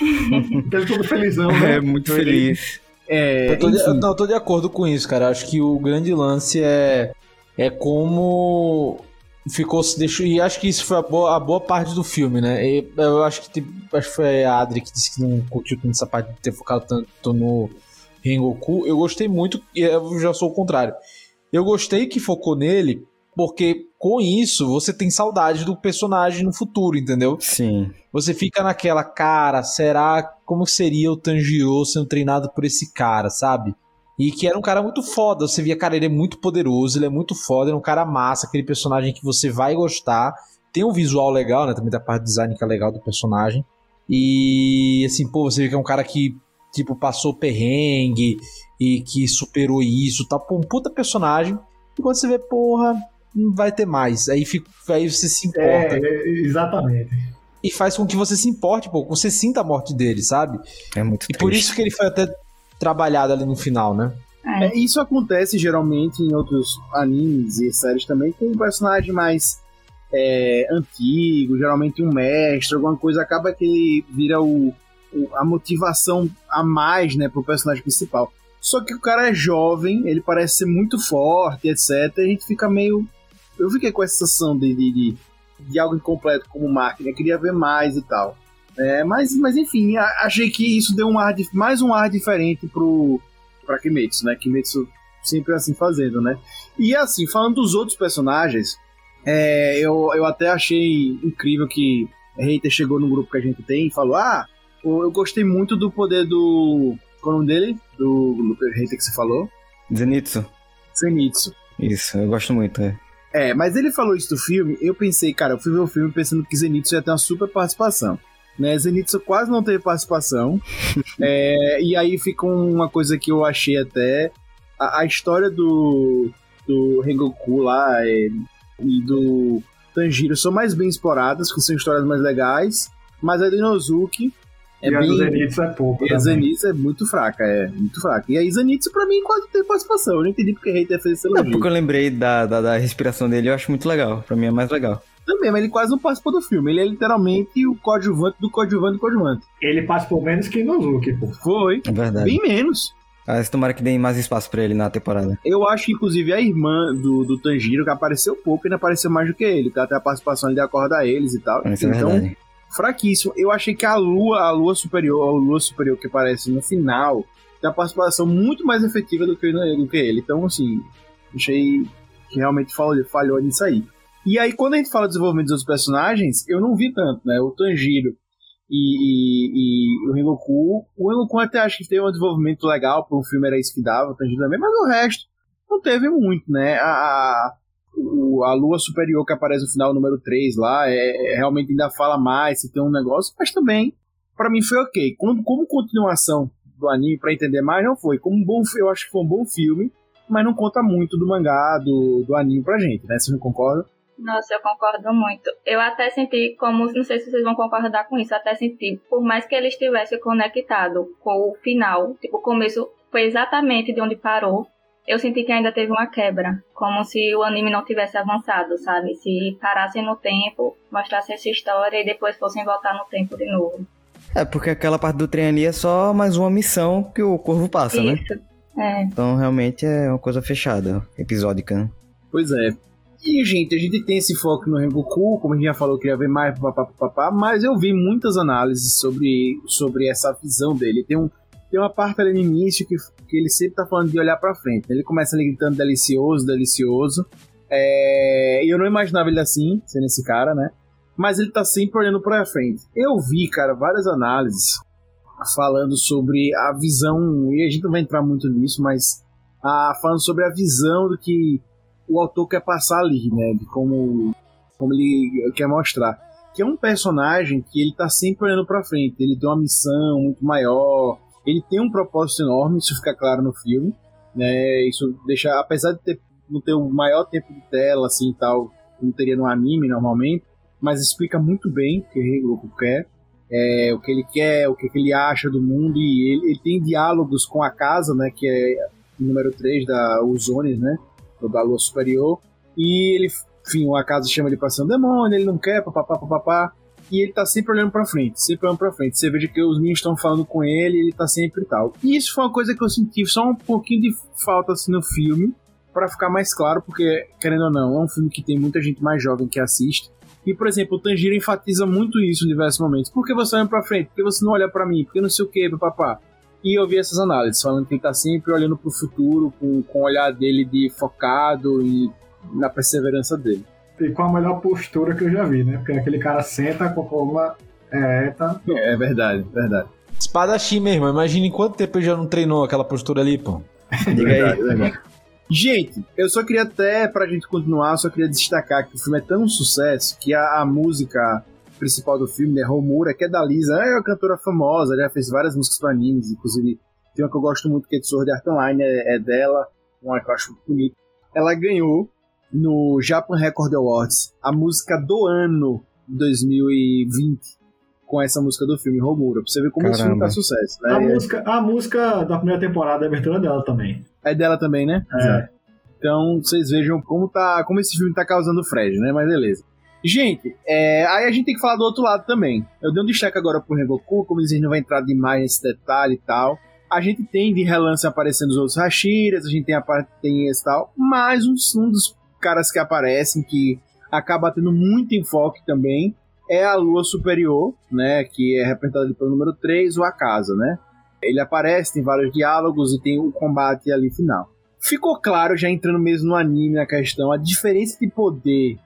Então ele todo felizão, né? É muito feliz. É, Eu tô, de, enfim. não, eu tô de acordo com isso, cara. Acho que o grande lance é, é como ficou se deixou. E acho que isso foi a boa, a boa parte do filme, né? E eu acho que, tipo, acho que foi a Adri que disse que não curtiu tanto essa parte de ter focado tanto no Rengoku. Eu gostei muito, e eu já sou o contrário. Eu gostei que focou nele, porque com isso você tem saudade do personagem no futuro, entendeu? Sim. Você fica naquela, cara, será como seria o Tanjiro sendo treinado por esse cara, sabe? E que era um cara muito foda, você via, cara, ele é muito poderoso, ele é muito foda, ele é um cara massa, aquele personagem que você vai gostar, tem um visual legal, né, também da parte de design que é legal do personagem, e assim, pô, você vê que é um cara que, tipo, passou perrengue e que superou isso, tá, pô, um puta personagem, e quando você vê, porra, não vai ter mais, aí, fica, aí você se importa. É, é, exatamente. E faz com que você se importe, pô, você sinta a morte dele, sabe? É muito E triste. por isso que ele foi até trabalhado ali no final, né? É. É, isso acontece geralmente em outros animes e séries também, com um personagem mais é, antigo, geralmente um mestre, alguma coisa, acaba que ele vira o, o, a motivação a mais, né, pro personagem principal. Só que o cara é jovem, ele parece ser muito forte, etcétera. E a gente fica meio... Eu fiquei com essa sensação de, de, de, de algo incompleto como máquina, eu queria ver mais e tal. É, mas, mas enfim, a, achei que isso deu um ar de, mais um ar diferente pro, pra Kimetsu, né? Kimetsu sempre assim fazendo, né? E assim, falando dos outros personagens, É, eu, eu até achei incrível que a Hater chegou no grupo que a gente tem e falou: ah, eu gostei muito do poder do... Qual é o nome dele? Do, do Hater que você falou? Zenitsu. Zenitsu. Isso, eu gosto muito, é. É, mas ele falou isso do filme, eu pensei, cara, eu fui ver o filme pensando que Zenitsu ia ter uma super participação. Né, Zenitsu quase não teve participação. é, e aí fica uma coisa que eu achei até... A, a história do, do Rengoku lá é, e do Tanjiro são mais bem exploradas, que são histórias mais legais, mas a do Inosuke é e bem... a do Zenitsu é pouco. E a Zenitsu é muito fraca, é muito fraca. E aí Zenitsu pra mim quase não teve participação. Eu não entendi porque o Hater fez esse elogio. É porque eu lembrei da, da, da respiração dele, eu acho muito legal. Pra mim é mais legal. Também, mas ele quase não participou do filme. Ele é literalmente o coadjuvante do coadjuvante do coadjuvante. Ele participou menos que Inosuke, pô. Foi. É verdade. Bem menos. Ah, tomara que deem mais espaço pra ele na temporada. Eu acho que, inclusive, a irmã do, do Tanjiro, que apareceu pouco, ainda apareceu mais do que ele. Que até a participação ele acorda eles e tal. Isso então, é verdade. Fraquíssimo. Eu achei que a lua, a lua superior, a lua superior que aparece no final, tem uma participação muito mais efetiva do que, do que ele. Então, assim, achei que realmente falhou, falhou nisso aí. E aí, quando a gente fala do desenvolvimento dos outros personagens, eu não vi tanto, né? O Tanjiro e, e, e o Rengoku. O Rengoku até acho que teve um desenvolvimento legal, porque o filme era isso que dava, o Tanjiro também, mas o resto não teve muito, né? A, a, o, a lua superior que aparece no final, número três lá, é, é, realmente ainda fala mais, se tem um negócio, mas também, pra mim foi ok. Como, como continuação do anime, pra entender mais, não foi. Como um bom, eu acho que foi um bom filme, mas não conta muito do mangá, do, do anime pra gente, né? Você não concorda? Nossa, eu concordo muito. Eu até senti, como, não sei se vocês vão concordar com isso, eu até senti, por mais que ele estivesse conectado com o final, tipo, o começo foi exatamente de onde parou, eu senti que ainda teve uma quebra, como se o anime não tivesse avançado, sabe? Se parassem no tempo, mostrassem essa história e depois fossem voltar no tempo de novo. É, porque aquela parte do trem ali é só mais uma missão que o Corvo passa, isso, né? Isso, é. Então, realmente é uma coisa fechada, episódica, né? Pois é. E, gente, a gente tem esse foco no Rengoku, como a gente já falou, queria ver mais, papapá, papapá, mas eu vi muitas análises sobre, sobre essa visão dele. Tem, um, tem uma parte ali no início que, que ele sempre tá falando de olhar pra frente. Ele começa ali gritando delicioso, delicioso. É, e eu não imaginava ele assim, sendo esse cara, né? Mas ele tá sempre olhando pra frente. Eu vi, cara, várias análises falando sobre a visão, e a gente não vai entrar muito nisso, mas ah, falando sobre a visão do que o autor quer passar ali, né, de como, como ele quer mostrar, que é um personagem que ele tá sempre olhando pra frente, ele tem uma missão muito maior, ele tem um propósito enorme, isso fica claro no filme, né, isso deixa, apesar de ter, não ter o maior tempo de tela, assim, e tal, como teria no anime normalmente, mas explica muito bem o que o Rengoku quer, é, o que ele quer, o que ele acha do mundo, e ele, ele tem diálogos com a casa, né, que é o número três da Uzones, né, da Lua Superior, e ele, enfim, a casa chama ele pra ser um demônio, ele não quer, papapá, papapá, e ele tá sempre olhando pra frente, sempre olhando pra frente. Você veja que os meninos estão falando com ele, ele tá sempre tal. E isso foi uma coisa que eu senti só um pouquinho de falta assim no filme, pra ficar mais claro, porque, querendo ou não, é um filme que tem muita gente mais jovem que assiste. E, por exemplo, o Tanjiro enfatiza muito isso em diversos momentos. Por que você olha pra frente? Por que você não olha pra mim? Por que não sei o que, papapá? E eu vi essas análises, falando que ele tá sempre olhando pro futuro, com, com o olhar dele de focado e na perseverança dele. E com a melhor postura que eu já vi, né? Porque aquele cara senta com a coluna ereta. É, é verdade, verdade. Espadachim mesmo, imagina em quanto tempo ele já não treinou aquela postura ali, pô. Diga Verdade, aí. verdade. Gente, eu só queria até, pra gente continuar, só queria destacar que o filme é tão um sucesso que a, a música principal do filme, né, Homura, que é da Lisa, é uma cantora famosa, já fez várias músicas para animes, inclusive tem uma que eu gosto muito, que é de Sword Art Online, é, é dela, uma que eu acho muito bonita. Ela ganhou no Japan Record Awards a música do ano de dois mil e vinte, com essa música do filme, Homura, pra você ver como esse filme tá sucesso. Né? A, é, música, a música da primeira temporada, a abertura dela também. é dela também, né? É. Então vocês vejam como, tá, como esse filme tá causando Fred, né? Mas beleza. Gente, é, aí a gente tem que falar do outro lado também. Eu dei um destaque agora pro Rengoku, como a gente não vai entrar demais nesse detalhe e tal. A gente tem de relance aparecendo os outros Hashiras, a gente tem, a, tem esse tal, mas um, um dos caras que aparecem, que acaba tendo muito enfoque também, é a Lua Superior, né, que é representada pelo número três, o Akaza, né? Ele aparece, tem vários diálogos e tem o combate ali final. Ficou claro, já entrando mesmo no anime, na questão, a diferença de poder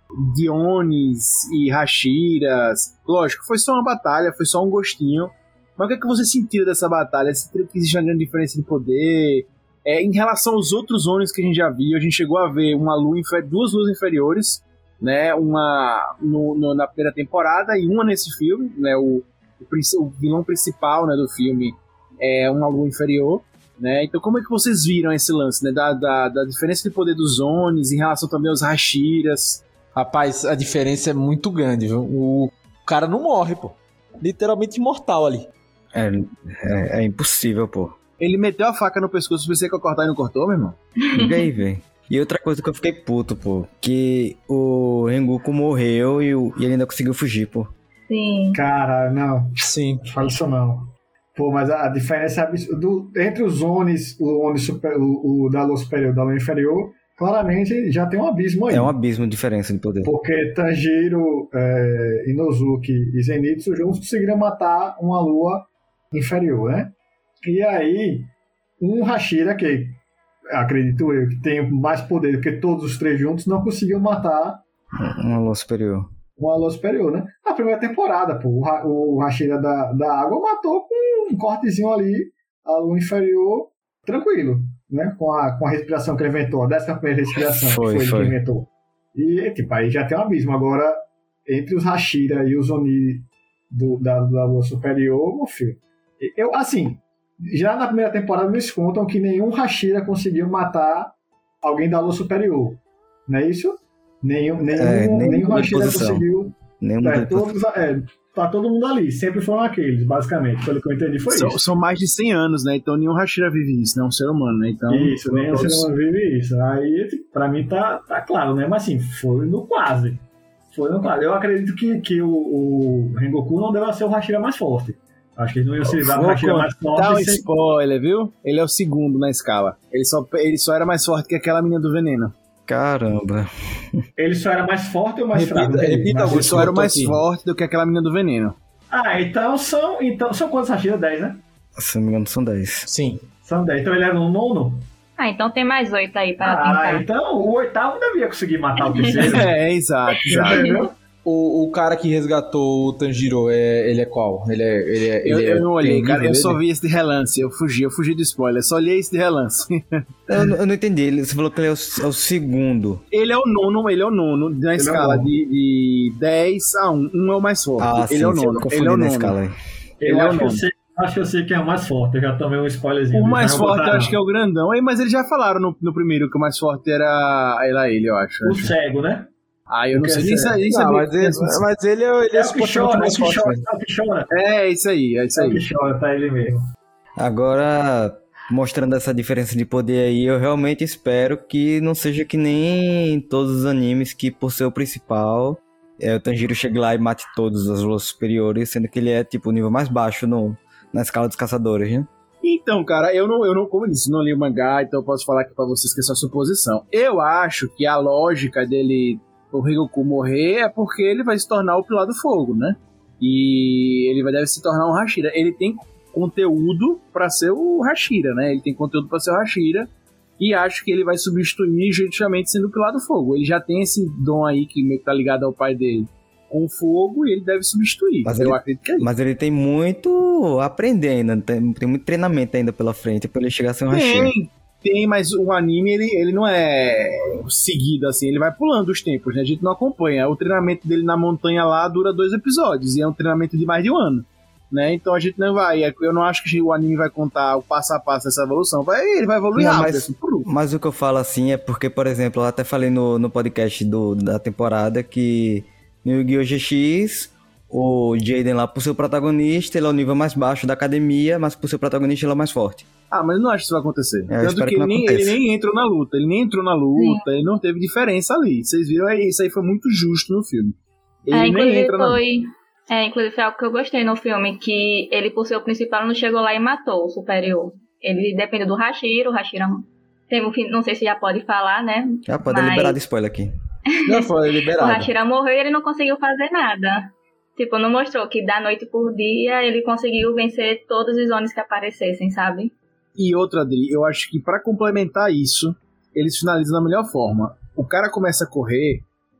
de Onis e Hashiras. Lógico, foi só uma batalha, foi só um gostinho. Mas o que é que você sentiu dessa batalha? Você teve que existe uma grande diferença de poder? É, em relação aos outros Onis que a gente já viu, a gente chegou a ver uma lua infer- duas luas inferiores, né? Uma no, no, na primeira temporada e uma nesse filme, né? O, o, o vilão principal, né, do filme é uma lua inferior, né? Então como é que vocês viram esse lance, né? Da, da, da diferença de poder dos Onis em relação também aos Hashiras? Rapaz, a diferença é muito grande, viu? O cara não morre, pô. Literalmente imortal ali. É, é, é impossível, pô. Ele meteu a faca no pescoço, você que eu cortar e não cortou, meu irmão? Liga aí, velho. E outra coisa que eu fiquei puto, pô, que o Rengoku morreu e, o, e ele ainda conseguiu fugir, pô. Sim. Cara, não. Sim. Fala isso não. Pô, mas a diferença é absurda. Do, entre os Onis, o Oni super, o, o da lua superior e da lua inferior, claramente já tem um abismo aí. É um abismo de diferença de poder. Porque Tanjiro, é, Inosuke e Zenitsu juntos conseguiram matar uma lua inferior, né? E aí, um Hashira, que acredito eu, que tem mais poder do que todos os três juntos, não conseguiu matar Uma lua superior. uma lua superior, né? Na primeira temporada, pô, o, Ha- o Hashira da, da água matou com um cortezinho ali a lua inferior, tranquilo, né? Com a, com a respiração que ele inventou, a décima primeira respiração Foi, que foi ele foi. que inventou. E, tipo, aí já tem um abismo. Agora, entre os Hashira e os Oni do, da, da lua superior, meu filho. Eu, assim, já na primeira temporada eles contam que nenhum Hashira conseguiu matar alguém da lua superior. Não é isso? Nenhum, nenhum, É, nenhum nenhum muda de Hashira posição. conseguiu. Nenhum É, muda de posição. todos, é, tá todo mundo ali. Sempre foram aqueles, basicamente. Pelo que eu entendi, foi São, isso. são mais de cem anos, né? Então nenhum Hashira vive isso, né? Um ser humano, né? Então, Isso, nem todos- você não vive isso. Aí, tipo, pra mim tá, tá claro, né? Mas assim, foi no quase. Foi no quase. Eu acredito que, que o, o Rengoku não deve ser o Hashira mais forte. Acho que eles não iam se dar o Vou Hashira mais Dá um forte sem... spoiler, viu? Ele é o segundo na escala. Ele só, ele só era mais forte que aquela menina do veneno. Caramba. Ele só era mais forte ou mais Repita- fraco? Entendi. repita Mas- algum- Ele só era mais aqui. forte do que aquela menina do veneno. Ah, então são, então são quantos Hashira? dez, né? Se não me engano, são dez. Sim. São dez. Então ele era no nono? Ah, então tem mais oito aí para Ah, tentar. então o oitavo devia conseguir matar o terceiro. É, exato, exato. Entendeu? O, o cara que resgatou o Tanjiro, é, ele é qual? Ele é. Ele é Eu, ele é- eu não olhei, tem o cara. Eu nível só dele? vi esse de relance. Eu fugi, eu fugi do spoiler. Só olhei esse de relance. Eu, não- eu não entendi. Ele- Você falou que ele é o, é o segundo. Ele é o nono, ele é o nono. Na é o escala nono. de, de dez a um. Um é o mais forte. Ah, ele sim, é o sim, eu nono. confundi Ele é o na nono. escala aí. Eu Ele é o acho, que eu nono. sei, acho que eu sei quem é o mais forte. Eu já tomei um spoilerzinho. O mais Mas não vou forte eu botar, acho que é o grandão. Ei, mas eles já falaram no, no primeiro que o mais forte era, era ele, eu acho. não. O cego, né? Ah, eu não Porque sei nem esse- isso aí. Não, mas ele, mas ele é, ele é, É o que supostamente chora, é o mais que forte, chora, velho. é o que chora. É, isso aí, é isso É o aí. que chora, tá ele mesmo. Agora, mostrando essa diferença de poder aí, eu realmente espero que não seja que nem todos os animes que, por ser o principal, é, o Tanjiro chegue lá e mate todos as luas superiores, sendo que ele é, tipo, o nível mais baixo no, na escala dos caçadores, né? Então, cara, eu não, eu não, como eu disse, não li o mangá, então eu posso falar aqui pra vocês que é só suposição. Eu acho que a lógica dele, o Rengoku morrer, é porque ele vai se tornar o Pilar do Fogo, né? E ele vai, deve se tornar um Hashira. Ele tem conteúdo pra ser o Hashira, né? Ele tem conteúdo pra ser o Hashira. E acho que ele vai substituir justamente sendo o Pilar do Fogo. Ele já tem esse dom aí que meio que tá ligado ao pai dele com o fogo e ele deve substituir. Mas eu ele- acredito que é isso. Mas ele tem muito a aprender ainda, tem, tem muito treinamento ainda pela frente pra ele chegar a ser um Hashira. Tem, tem, mas o anime ele, ele não é seguido assim, ele vai pulando os tempos, né? A gente não acompanha. O treinamento dele na montanha lá dura dois episódios e é um treinamento de mais de um ano, né? Então a gente não vai, eu não acho que o anime vai contar o passo a passo dessa evolução, vai, ele vai evoluir Não, rápido, mas- assim, pru. Mas o que eu falo assim é porque, por exemplo, eu até falei no, no podcast do, da temporada que no Yu-Gi-Oh! G X, o Jaden lá, por ser o protagonista, ele é o nível mais baixo da academia, mas por ser o protagonista ele é o mais forte. Ah, mas eu não acho que isso vai acontecer. eu Tanto espero que que ele não nem, aconteça. ele nem entrou na luta, ele nem entrou na luta, ele não teve diferença ali. Vocês viram, aí, isso aí foi muito justo no filme. Ele É, nem inclusive entra na luta. foi, é, inclusive foi algo que eu gostei no filme, que ele, por ser o principal, não chegou lá e matou o superior. Ele depende do Hashira, o Hashira tem um fim, não sei se já pode falar, né? Já pode Mas- liberar de spoiler aqui. Já foi O liberado. Hashira morreu e ele não conseguiu fazer nada. Tipo, não mostrou que da noite por dia ele conseguiu vencer todos os Onis que aparecessem, sabe? E outra, Adri, eu acho que pra complementar isso, eles finalizam da melhor forma. O cara começa a correr,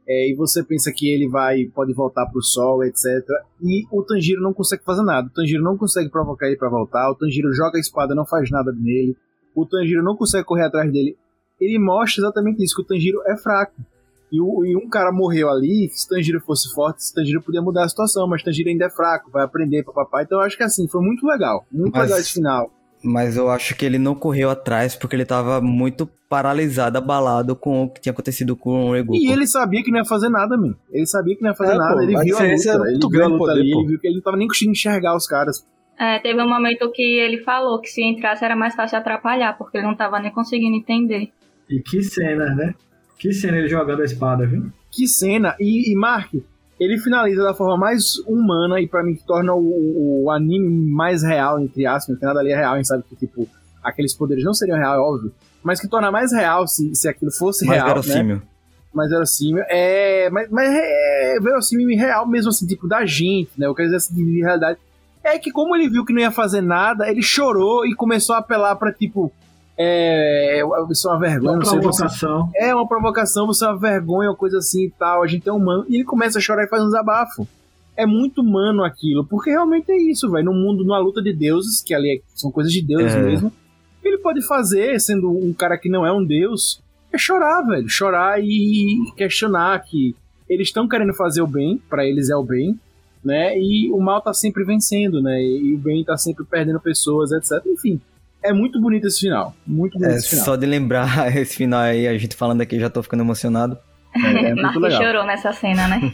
É, e você pensa que ele vai, pode voltar pro sol, etcétera. E o Tanjiro não consegue fazer nada. O Tanjiro não consegue provocar ele pra voltar. O Tanjiro joga a espada, não faz nada nele. O Tanjiro não consegue correr atrás dele. Ele mostra exatamente isso, que o Tanjiro é fraco. E, o, e um cara morreu ali, se o Tanjiro fosse forte, o Tanjiro podia mudar a situação, mas o Tanjiro ainda é fraco, vai aprender pra papai. Então eu acho que assim, foi muito legal. Muito Mas... legal esse final. Mas eu acho que ele não correu atrás porque ele tava muito paralisado, abalado com o que tinha acontecido com o Regoku. E ele sabia que não ia fazer nada, meu. Ele sabia que não ia fazer É, nada. pô, Ele a viu a diferença luta. era Ele muito viu a grande luta poder, ali. pô. Ele viu que ele não tava nem conseguindo enxergar os caras. É, teve um momento que ele falou que se entrasse era mais fácil atrapalhar, porque ele não tava nem conseguindo entender. E que cena, né? Que cena ele jogando a espada, viu? Que cena. E, e Mark, ele finaliza da forma mais humana e pra mim que torna o, o anime mais real, entre aspas. Porque nada ali é real, a gente sabe que, tipo, aqueles poderes não seriam real, é óbvio. Mas que torna mais real se, se aquilo fosse Mais real, verossímil. né? Mais verossímil. É, mas, mas é verossímil e real mesmo, assim, tipo, da gente, né? Eu quero dizer assim, de realidade. É que como ele viu que não ia fazer nada, ele chorou e começou a apelar pra, tipo... É, isso é uma vergonha, Uma não sei provocação. você, é uma provocação, você é uma vergonha, uma coisa assim e tal, a gente é humano. E ele começa a chorar e faz um desabafo. É muito humano aquilo, porque realmente é isso, velho. No mundo, numa luta de deuses, que ali é, são coisas de deuses É. mesmo, ele pode fazer, sendo um cara que não é um deus, é chorar, velho. Chorar e questionar que eles estão querendo fazer o bem, pra eles é o bem, né? E o mal tá sempre vencendo, né? E o bem tá sempre perdendo pessoas, etcétera. Enfim. É muito bonito esse final. Muito bonito É, esse final. só de lembrar esse final aí, a gente falando aqui, já tô ficando emocionado. É, é muito Mark legal. chorou nessa cena, né?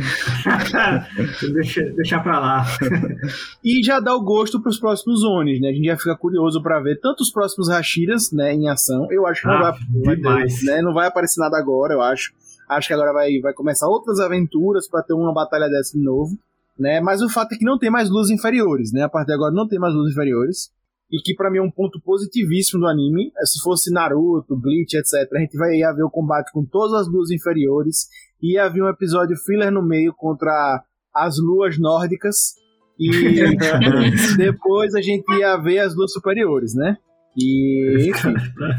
deixa, deixa pra lá. E já dá o gosto pros próximos Onis, né? A gente já fica curioso pra ver tanto os próximos Hashiras, né, em ação. Eu acho que não, Ah, vai, vai demais. ter, né, não vai aparecer nada agora, eu acho. Acho que agora vai, vai começar outras aventuras pra ter uma batalha dessa de novo, né? Mas o fato é que não tem mais luzes inferiores, né? A partir de agora não tem mais luzes inferiores. E que pra mim é um ponto positivíssimo do anime. Se fosse Naruto, Bleach, etcétera, a gente vai ia ver o combate com todas as luzes inferiores. Ia haver um episódio filler no meio contra as luas nórdicas. E depois a gente ia ver as luas superiores, né? E enfim,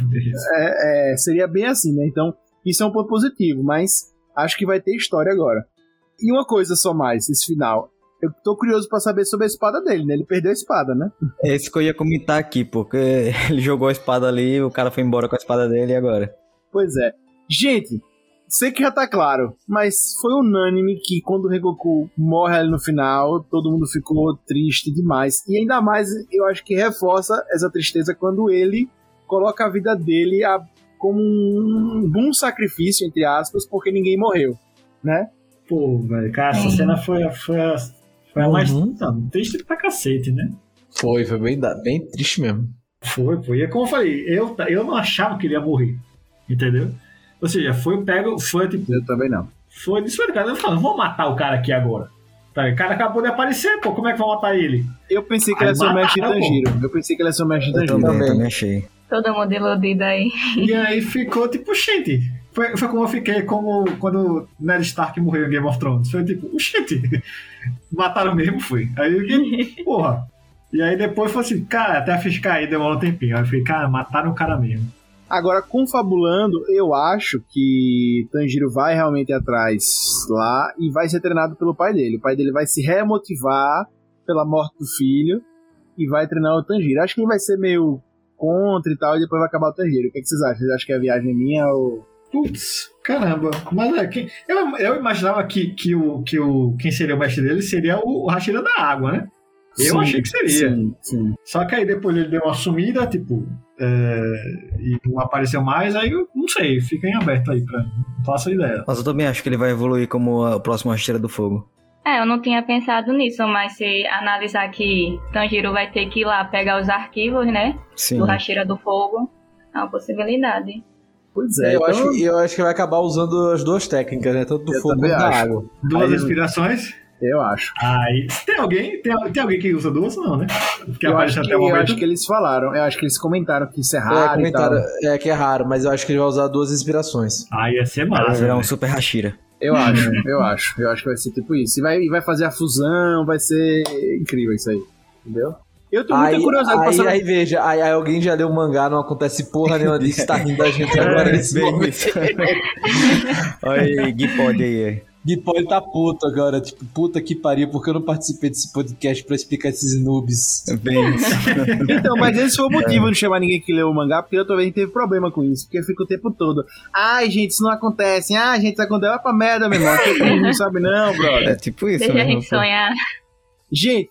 é, é, seria bem assim, né? Então, isso é um ponto positivo, mas acho que vai ter história agora. E uma coisa só mais, esse final. Eu tô curioso pra saber sobre a espada dele, né? Ele perdeu a espada, né? É isso que eu ia comentar aqui, porque ele jogou a espada ali, o cara foi embora com a espada dele e agora? Pois é. Gente, sei que já tá claro, mas foi unânime que quando o Regoku morre ali no final, todo mundo ficou triste demais. E ainda mais, eu acho que reforça essa tristeza quando ele coloca a vida dele a, como um bom sacrifício, entre aspas, porque ninguém morreu, né? Pô, velho, cara, essa Sim. cena foi, a- foi, a, foi a mais Uhum. não, triste pra cacete, né? Foi, foi bem, da- bem triste mesmo. Foi, foi. E como eu falei, eu, eu não achava que ele ia morrer, entendeu? Ou seja, foi pego, foi tipo, Eu também não. foi disso, cara. Eu falei, vou matar o cara aqui agora. Tá, o cara acabou de aparecer, pô, como é que vai matar ele? Eu pensei que ele ia ser o Aí mestre de mataram, pô. Tanjiro. Eu pensei que ele ia ser o mestre de Eu Tanjiro. também, também. também achei. Todo mundo iludido aí. E aí ficou tipo, gente. Foi, foi como eu fiquei como quando Ned Stark morreu em Game of Thrones. Foi tipo, gente, mataram mesmo, foi. Aí eu fiquei, porra. E aí depois foi assim, cara, até a ficha cair, demorou um tempinho. Aí eu falei, cara, mataram o cara mesmo. Agora, confabulando, eu acho que Tanjiro vai realmente atrás lá e vai ser treinado pelo pai dele. O pai dele vai se remotivar pela morte do filho e vai treinar o Tanjiro. Acho que ele vai ser meio contra e tal, e depois vai acabar o Tanjiro. O que, é que vocês acham? Vocês acham que a viagem é minha ou... Putz, caramba. Mas é, quem, eu, eu imaginava que, que, o, que o, quem seria o mestre dele seria o, o Hashira da Água, né? Eu Sim, achei que seria. Sim, sim. Só que aí depois ele deu uma sumida, tipo, é, e não apareceu mais, aí eu não sei, fica em aberto aí pra mim. Não faço ideia. Mas eu também acho que ele vai evoluir como a- o próximo Rasteira do Fogo. É, eu não tinha pensado nisso, mas se analisar que Tanjiro vai ter que ir lá pegar os arquivos, né? Sim. Do Hashira do Fogo, é uma possibilidade. Pois é, eu, então- acho que, eu acho que vai acabar usando as duas técnicas, né? Tanto do Eu fogo também quanto da acho. água. Duas Aí- inspirações? eu acho. Aí, tem alguém, tem, tem alguém que usa duas? Não, né? Que Eu aparece acho, que, até o eu momento. acho que eles falaram, eu acho que eles comentaram que isso é É, raro e tal. comentaram, é que é raro, mas eu acho que ele vai usar duas inspirações. Aí ia ser Vai massa. virar um né? super Hashira. Eu acho, eu acho. Eu acho que vai ser tipo isso. E vai, e vai fazer a fusão, vai ser incrível isso aí. Entendeu? Eu tenho muita aí, curiosidade pra aí, saber. aí veja, aí, aí alguém já leu o mangá, não acontece porra nenhuma disso, tá rindo da gente agora nesse momento. Olha aí, Gui pode aí. Gui pode tá puto agora, tipo, puta que pariu, porque eu não participei desse podcast pra explicar esses noobs. Bem isso. Então, mas esse foi o motivo de não chamar ninguém que leu o mangá, porque eu também teve problema com isso, porque eu fico o tempo todo. Ai, gente, isso não acontece. Ai, gente, isso acontece. Vai pra merda, meu irmão. Aqui não sabe não, brother. É tipo isso, Deixa né? a gente sonhar. Gente,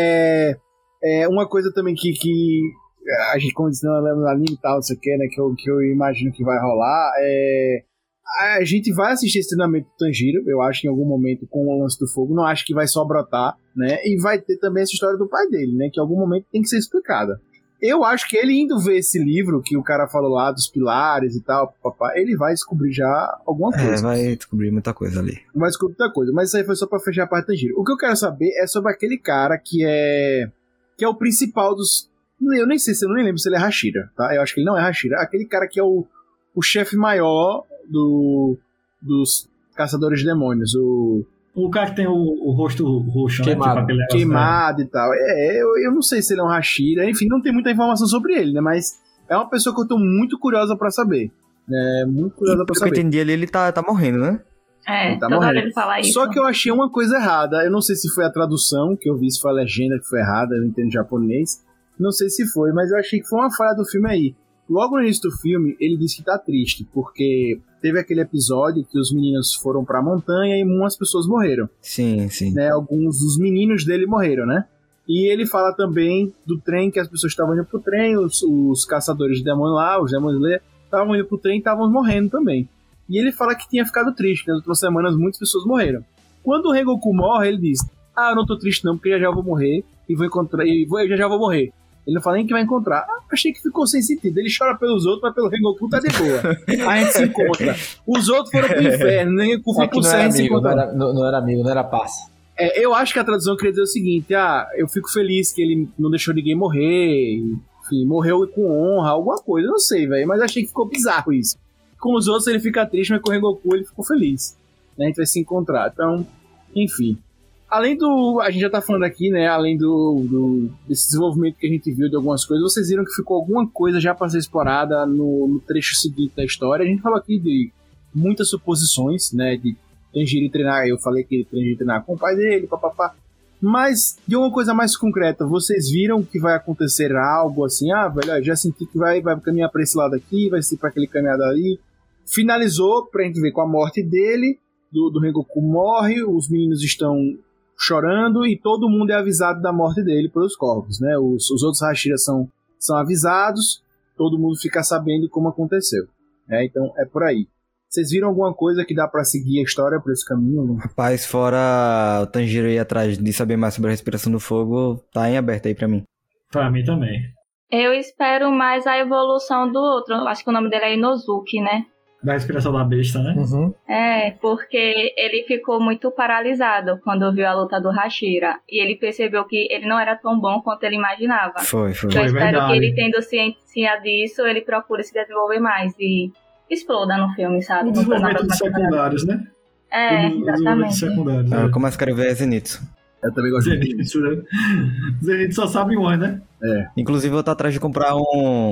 é, é uma coisa também que, que a gente, como disse no anime e tal, não sei o que, né, que eu, que eu imagino que vai rolar, é, a gente vai assistir esse treinamento do Tanjiro, eu acho que em algum momento com o lance do fogo, não acho que vai só brotar, né, e vai ter também essa história do pai dele, né, que em algum momento tem que ser explicada. Eu acho que ele indo ver esse livro que o cara falou lá dos pilares e tal, papai, ele vai descobrir já alguma coisa. É, vai descobrir muita coisa ali. Vai descobrir muita coisa, mas isso aí foi só pra fechar a parte do Tanjiro. O que eu quero saber é sobre aquele cara que é que é o principal dos... Eu nem sei se eu nem lembro se ele é Hashira, tá? Eu acho que ele não é Hashira. Aquele cara que é o, o chefe maior do, dos caçadores de demônios, o... O cara que tem o, o rosto roxo, Queimado. né? Tipo aquele negócio, queimado e tal. É, eu, eu não sei se ele é um Hashira, enfim, não tem muita informação sobre ele, né? Mas é uma pessoa que eu tô muito curiosa pra saber. É, muito curiosa E, pra pelo que eu saber. entendi ali, ele tá, tá morrendo, né? É, Ele tá toda hora morrendo. ele fala isso. Só que eu achei uma coisa errada. Eu não sei se foi a tradução que eu vi, se foi a legenda que foi errada, eu não entendo japonês. Não sei se foi, mas eu achei que foi uma falha do filme aí. Logo no início do filme, ele disse que tá triste, porque teve aquele episódio que os meninos foram pra montanha e umas pessoas morreram. Sim, sim. Né? Alguns dos meninos dele morreram, né? E ele fala também do trem, que as pessoas estavam indo pro trem, os, os caçadores de demônio lá, os demônios lá, estavam indo pro trem e estavam morrendo também. E ele fala que tinha ficado triste, que nas outras semanas muitas pessoas morreram. Quando o Rengoku morre, ele diz: ah, eu não tô triste não, porque já já vou morrer e vou encontrar, e vou, já já vou morrer. Ele não fala nem que vai encontrar. Ah, achei que ficou sem sentido. Ele chora pelos outros, mas pelo Rengoku tá de boa. A gente se encontra. Os outros foram pro inferno, o Rengoku foi É que pro não céu era e se amigo, não encontrou. era, não, não era amigo, não era parça. É, eu acho que a tradução queria dizer o seguinte: ah, eu fico feliz que ele não deixou ninguém morrer, enfim, morreu com honra, alguma coisa, eu não sei, velho, mas achei que ficou bizarro isso. Com os outros ele fica triste, mas com o Rengoku ele ficou feliz. Né? A gente vai se encontrar. Então, enfim. Além do... A gente já tá falando aqui, né? Além do, do desse desenvolvimento que a gente viu de algumas coisas, vocês viram que ficou alguma coisa já pra ser explorada no, no trecho seguinte da história. A gente falou aqui de muitas suposições, né? De Tanjiro treinar, eu falei que Tanjiro treinar com o pai dele, papapá. Mas, de uma coisa mais concreta, vocês viram que vai acontecer algo assim? Ah, velho, já senti que vai, vai caminhar pra esse lado aqui, vai ser pra aquele caminhado ali. Finalizou pra gente ver com a morte dele, do, do Rengoku morre, os meninos estão chorando e todo mundo é avisado da morte dele pelos corvos, né? Os, os outros Hashiras são, são avisados, todo mundo fica sabendo como aconteceu. Né? Então, é por aí. Vocês viram alguma coisa que dá pra seguir a história por esse caminho? Né? Rapaz, fora o Tanjiro ir atrás de saber mais sobre a respiração do fogo, tá em aberto aí pra mim. Pra mim também. Eu espero mais a evolução do outro. Eu acho que o nome dele é Inozuki, né? Da respiração da besta, né? Uhum. É, porque ele ficou muito paralisado quando viu a luta do Hashira. E ele percebeu que ele não era tão bom quanto ele imaginava. Foi, foi. Então eu Foi espero verdade. que ele, tendo ciência disso, ele procure se desenvolver mais e exploda no filme, sabe? O No- na desenvolvimento dos próxima temporada. secundários, né? É, O desenvolvimento dos exatamente. secundários. Ah, né? eu começo a querer ver Zenitsu. Eu também gosto de Zenitsu, né? Zenitsu só sabe um, né? Inclusive, eu vou estar atrás de comprar um,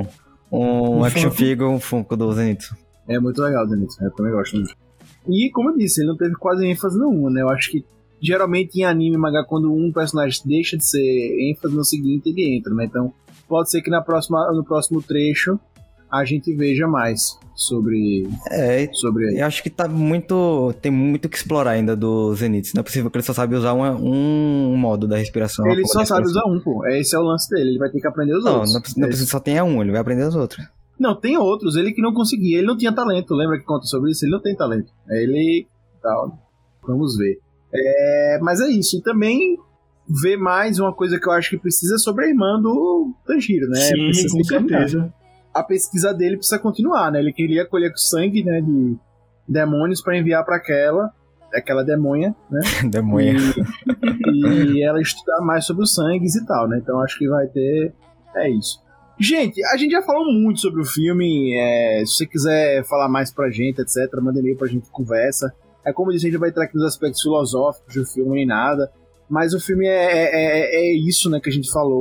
um Um action Funko? figure, um Funko doZenitsu. É muito legal, Zenitsu. Eu também gosto muito. E, como eu disse, ele não teve quase ênfase nenhuma, né? Eu acho que, geralmente, em anime e mangá, quando um personagem deixa de ser ênfase, no seguinte ele entra, né? Então, pode ser que na próxima, no próximo trecho a gente veja mais sobre, É, sobre ele. eu acho que tá muito. Tem muito que explorar ainda do Zenitsu. Não é possível que ele só sabe usar uma- um modo da respiração. Ele como só da sabe respiração. usar um, pô. Esse é o lance dele. Ele vai ter que aprender os Não, outros. não, é possível- não é possível que só tenha um, ele vai aprender os outros. Não, tem outros. Ele que não conseguia. Ele não tinha talento. Lembra que conta sobre isso? Ele não tem talento. É ele... Tal. Vamos ver. É, mas é isso. E também ver mais uma coisa que eu acho que precisa sobre a irmã do Tanjiro, né? Sim, Precisa com se caminhar. certeza. A pesquisa dele precisa continuar, né? Ele queria colher sangue, né, de demônios para enviar para aquela, aquela demônia, né? Demônio. E, e ela estudar mais sobre os sangues e tal, né? Então acho que vai ter... É isso. Gente, a gente já falou muito sobre o filme. É, se você quiser falar mais pra gente, etcétera, manda e-mail pra gente, conversa. É como eu disse, a gente vai entrar aqui nos aspectos filosóficos do filme nem nada. Mas o filme é, é, é, é isso, né, que a gente falou.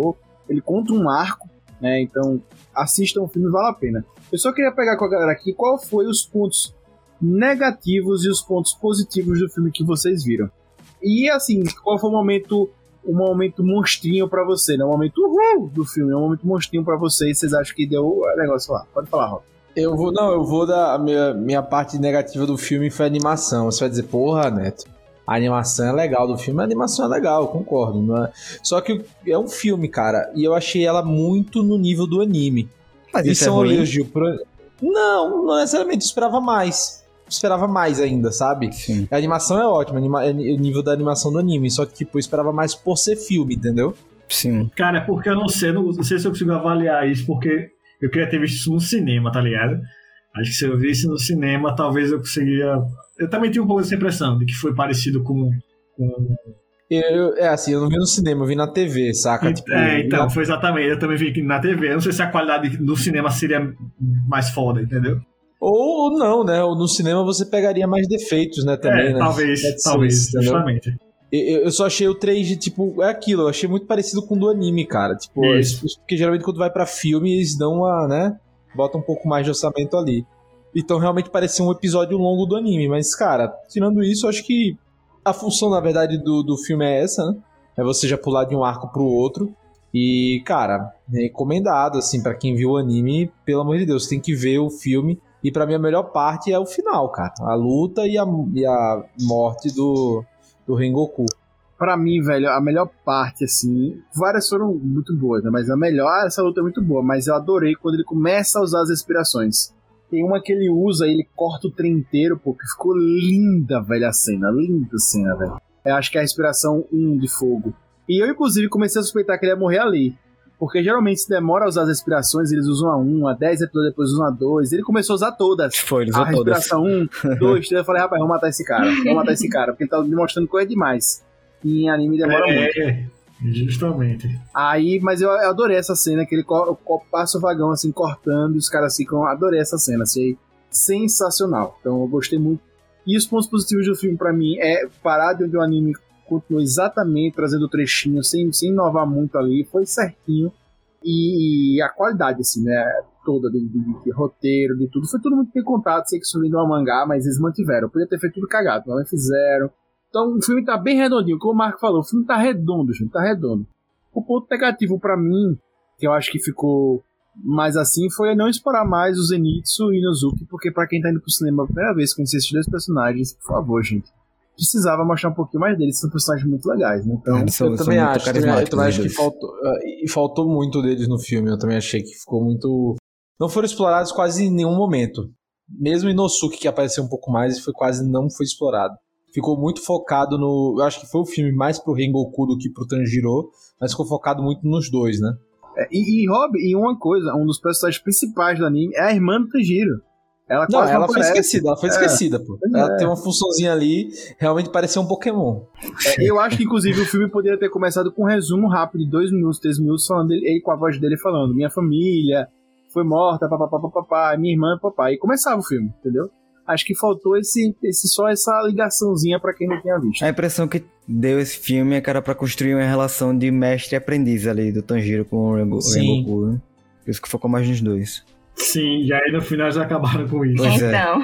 ele conta um arco, né? Então, assistam o filme, vale a pena. Eu só queria pegar com a galera aqui qual foi os pontos negativos e os pontos positivos do filme que vocês viram. E, assim, qual foi o momento, o momento monstrinho pra você, né? O momento uhul do filme, o momento monstrinho pra vocês, vocês acham que deu o negócio lá? Pode falar, Rob. Eu vou, não, eu vou dar a minha, minha parte negativa do filme foi a animação. Você vai dizer, porra, Neto, a animação é legal do filme, a animação é legal, eu concordo, não é? Só que é um filme, cara, e eu achei ela muito no nível do anime. Mas isso, isso é um ruim? elogio pro... Não, não necessariamente, eu esperava mais. Eu esperava mais ainda, sabe? Sim. A animação é ótima, anima... é o nível da animação do anime, só que tipo, eu esperava mais por ser filme, entendeu? Sim. Cara, é porque eu não sei, não, não sei se eu consigo avaliar isso, porque eu queria ter visto isso no cinema, tá ligado? Acho que se eu visse no cinema, talvez eu conseguiria... Eu também tive um pouco dessa impressão, de que foi parecido com... com... Eu, é assim, eu não vi no cinema, eu vi na T V, saca? E, Tipo, é, então, na... foi exatamente. Eu também vi aqui na T V. Eu não sei se a qualidade do cinema seria mais foda, entendeu? Ou, ou não, né? Ou no cinema você pegaria mais defeitos, né? Também, é, né? talvez, Pode ser talvez, isso, entendeu? justamente. Eu, eu só achei o três D, tipo, é aquilo, eu achei muito parecido com o do anime, cara. Tipo, Isso. eles- porque geralmente quando vai pra filme, eles dão uma, né? Botam um pouco mais de orçamento ali. Então realmente parecia um episódio longo do anime. Mas, cara, tirando isso, eu acho que a função, na verdade, do, do filme é essa, né? É você já pular de um arco pro outro. E, cara, é recomendado, assim, pra quem viu o anime, pelo amor de Deus, tem que ver o filme. E pra mim a melhor parte é o final, cara. A luta e a, e a morte do, do Rengoku. Pra mim, velho, a melhor parte, assim... Várias foram muito boas, né? Mas a melhor, essa luta é muito boa. Mas eu adorei quando ele começa a usar as respirações. Tem uma que ele usa, ele corta o trem inteiro, pô, que ficou linda, velho, a cena. Linda a cena, velho. Eu acho que é a respiração um de fogo. E eu, inclusive, comecei a suspeitar que ele ia morrer ali. Porque geralmente se demora a usar as respirações, eles usam a um, a dez episódios depois usam a dois. Ele começou a usar todas. Foi, ele A usou todas. respiração um, dois, três. Eu falei, rapaz, vamos matar esse cara. Vamos matar esse cara. Porque ele tá demonstrando coisa demais. E em anime demora muito. É, justamente. Aí, mas eu adorei essa cena, que ele co- co- passa o vagão assim, cortando, e os caras ficam. Adorei essa cena, achei sensacional. Então eu gostei muito. E os pontos positivos do filme pra mim é parar de onde o anime continuou exatamente, trazendo o trechinho, sem, sem inovar muito ali, foi certinho. E, e a qualidade, assim, né, toda de, de, de roteiro, de tudo, foi tudo muito bem contado. Sei que isso vem de uma mangá, mas eles mantiveram. Podia ter feito tudo cagado, mas fizeram. Então o filme tá bem redondinho, como o Marco falou, o filme tá redondo, gente, tá redondo. O ponto negativo pra mim, que eu acho que ficou mais assim, foi não explorar mais o Zenitsu e Inosuke, porque pra quem tá indo pro cinema a primeira vez conhecer esses dois personagens, por favor, gente, precisava mostrar um pouquinho mais deles, são personagens muito legais, né? Então, Eles são- Eu são também muito acho, também, eu carismáticos, também acho os que dois. faltou, e faltou muito deles no filme. Eu também achei que ficou muito. Não foram explorados quase em nenhum momento. Mesmo Inosuke, que apareceu um pouco mais, foi quase não foi explorado. Ficou muito focado no. Eu acho que foi o filme mais pro Rengoku do que pro Tanjiro, mas ficou focado muito nos dois, né? é, e, e Rob, e uma coisa, um dos personagens principais do anime é a irmã do Tanjiro. Ela Não, quase ela foi aparece. esquecida, ela foi É, esquecida, pô. pois Ela é. tem uma funçãozinha ali, realmente parecia um Pokémon. É, eu acho que, inclusive, o filme poderia ter começado com um resumo rápido de dois minutos, três minutos, falando ele, ele com a voz dele falando: minha família foi morta, papapá, papapá, minha irmã, papai. E começava o filme, entendeu? Acho que faltou esse, esse, só essa ligaçãozinha pra quem não tinha visto. A impressão que deu esse filme é que era pra construir uma relação de mestre e aprendiz ali, do Tanjiro com o Rengo- Sim. Rengoku, né? Por isso que focou mais nos dois. Sim, e aí no final já acabaram com isso. Pois é. Então,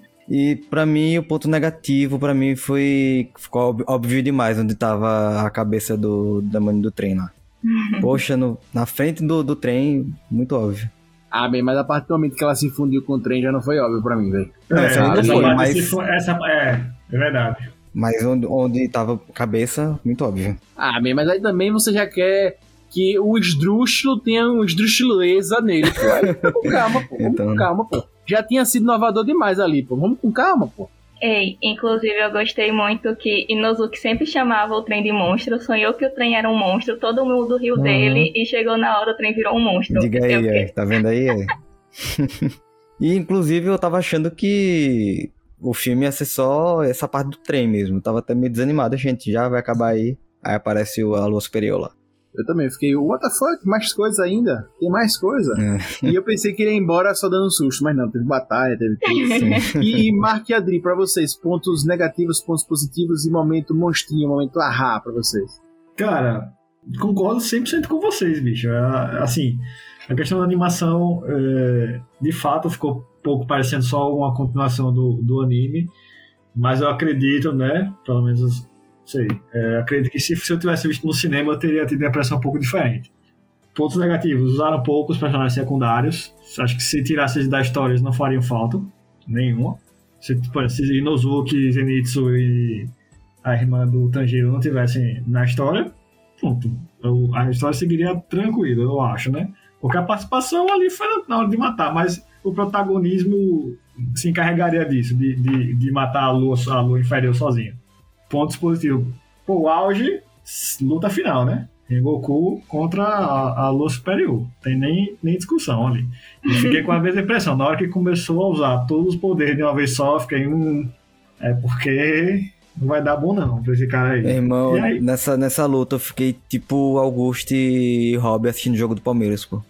E pra mim, o ponto negativo, pra mim, foi... Ficou óbvio, óbvio demais onde tava a cabeça do, da mãe do trem lá. Poxa, no, na frente do, do trem, muito óbvio. Ah, bem, mas a partir do momento que ela se fundiu com o trem já não foi óbvio pra mim, velho. Não, essa ainda essa foi, parte mas- se for- essa, é, é verdade. Mas onde, onde tava a cabeça, muito óbvio. Ah, bem, mas aí também você já quer que o esdrúxulo tenha um esdrúxuleza nele, pô. Aí, com calma, pô. Vamos Então. com calma, pô. Já tinha sido inovador demais ali, pô. Vamos com calma, pô. ei, inclusive eu gostei muito que Inosuke sempre chamava o trem de monstro, sonhou que o trem era um monstro, todo mundo riu Uhum. dele e chegou na hora o trem virou um monstro. Diga aí, Eu é, fiquei- tá vendo aí? É. E inclusive eu tava achando que o filme ia ser só essa parte do trem mesmo. Eu tava até meio desanimado, gente. Já vai acabar aí. Aí aparece o- a lua superior lá. Eu também fiquei, what the fuck? Mais coisa ainda? Tem mais coisa? É. E eu pensei que ele ia embora só dando um susto, mas não, teve batalha, teve tudo. E, e Mark e Adri, pra vocês, pontos negativos, pontos positivos e momento monstrinho, momento ahá pra vocês. Cara, Concordo cem por cento com vocês, bicho. É, assim, a questão da animação, é, de fato, ficou um pouco parecendo só uma continuação do, do anime, mas eu acredito, né, pelo menos, sei, é, acredito que se, se eu tivesse visto no cinema, eu teria tido uma impressão um pouco diferente. Pontos negativos, usaram poucos personagens secundários, acho que se tirasse da história, eles não fariam falta, nenhuma. Se, por exemplo, se Inosuke, Zenitsu e a irmã do Tanjiro não tivessem na história, pronto, eu, a história seguiria tranquila, eu acho, né? Porque a participação ali foi na hora de matar, mas o protagonismo se encarregaria disso, de, de, de matar a lua, a lua inferior sozinho. Pontos positivos. Pô, o auge, luta final, né? Rengoku contra a, a lua superior. Tem nem, nem discussão ali. E fiquei com a mesma impressão. Na hora que começou a usar todos os poderes de uma vez só, fiquei um... É porque não vai dar bom não pra esse cara aí. Irmão, aí? Nessa, nessa luta eu fiquei tipo Augusto e Rob assistindo o jogo do Palmeiras, pô.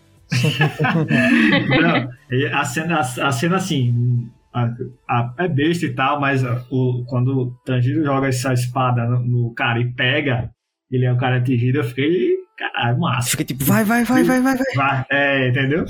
Não, a cena, a, a cena assim... A, a, é besta e tal, mas o, quando o Tanjiro joga essa espada no, no cara e pega... Ele é um cara atingido, eu fiquei, caralho, massa. Fica tipo, vai, vai, vai, vai, vai, vai. vai é, entendeu?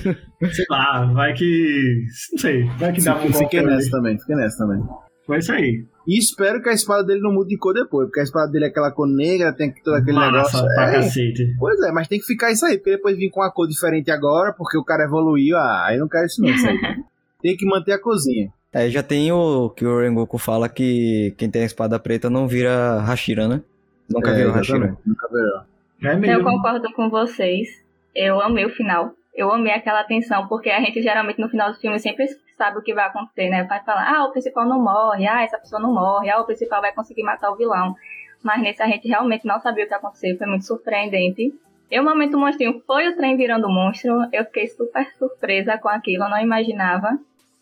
Sei lá, vai que... Não sei, vai que dá um Fiquei nessa também, fiquei nessa também. Foi isso aí. E espero que a espada dele não mude de cor depois, porque a espada dele é aquela cor negra, tem todo aquele massa negócio. Pra é, cacete. Pois é, mas tem que ficar isso aí, porque depois vir com a cor diferente agora, porque o cara evoluiu, ah, aí não quero isso não, isso aí. Tem que manter a cozinha. É, já tem o que o Rengoku fala que quem tem a espada preta não vira Hashira, né? Nunca é, virou Hashira. Nunca virou. É mesmo. Eu concordo com vocês. Eu amei o final. Eu amei aquela tensão, porque a gente geralmente no final do filme sempre sabe o que vai acontecer, né? Vai falar, ah, o principal não morre, ah, essa pessoa não morre, ah, o principal vai conseguir matar o vilão. Mas nesse a gente realmente não sabia o que ia acontecer, foi muito surpreendente. E o momento monstrinho foi o trem virando monstro, eu fiquei super surpresa com aquilo, eu não imaginava.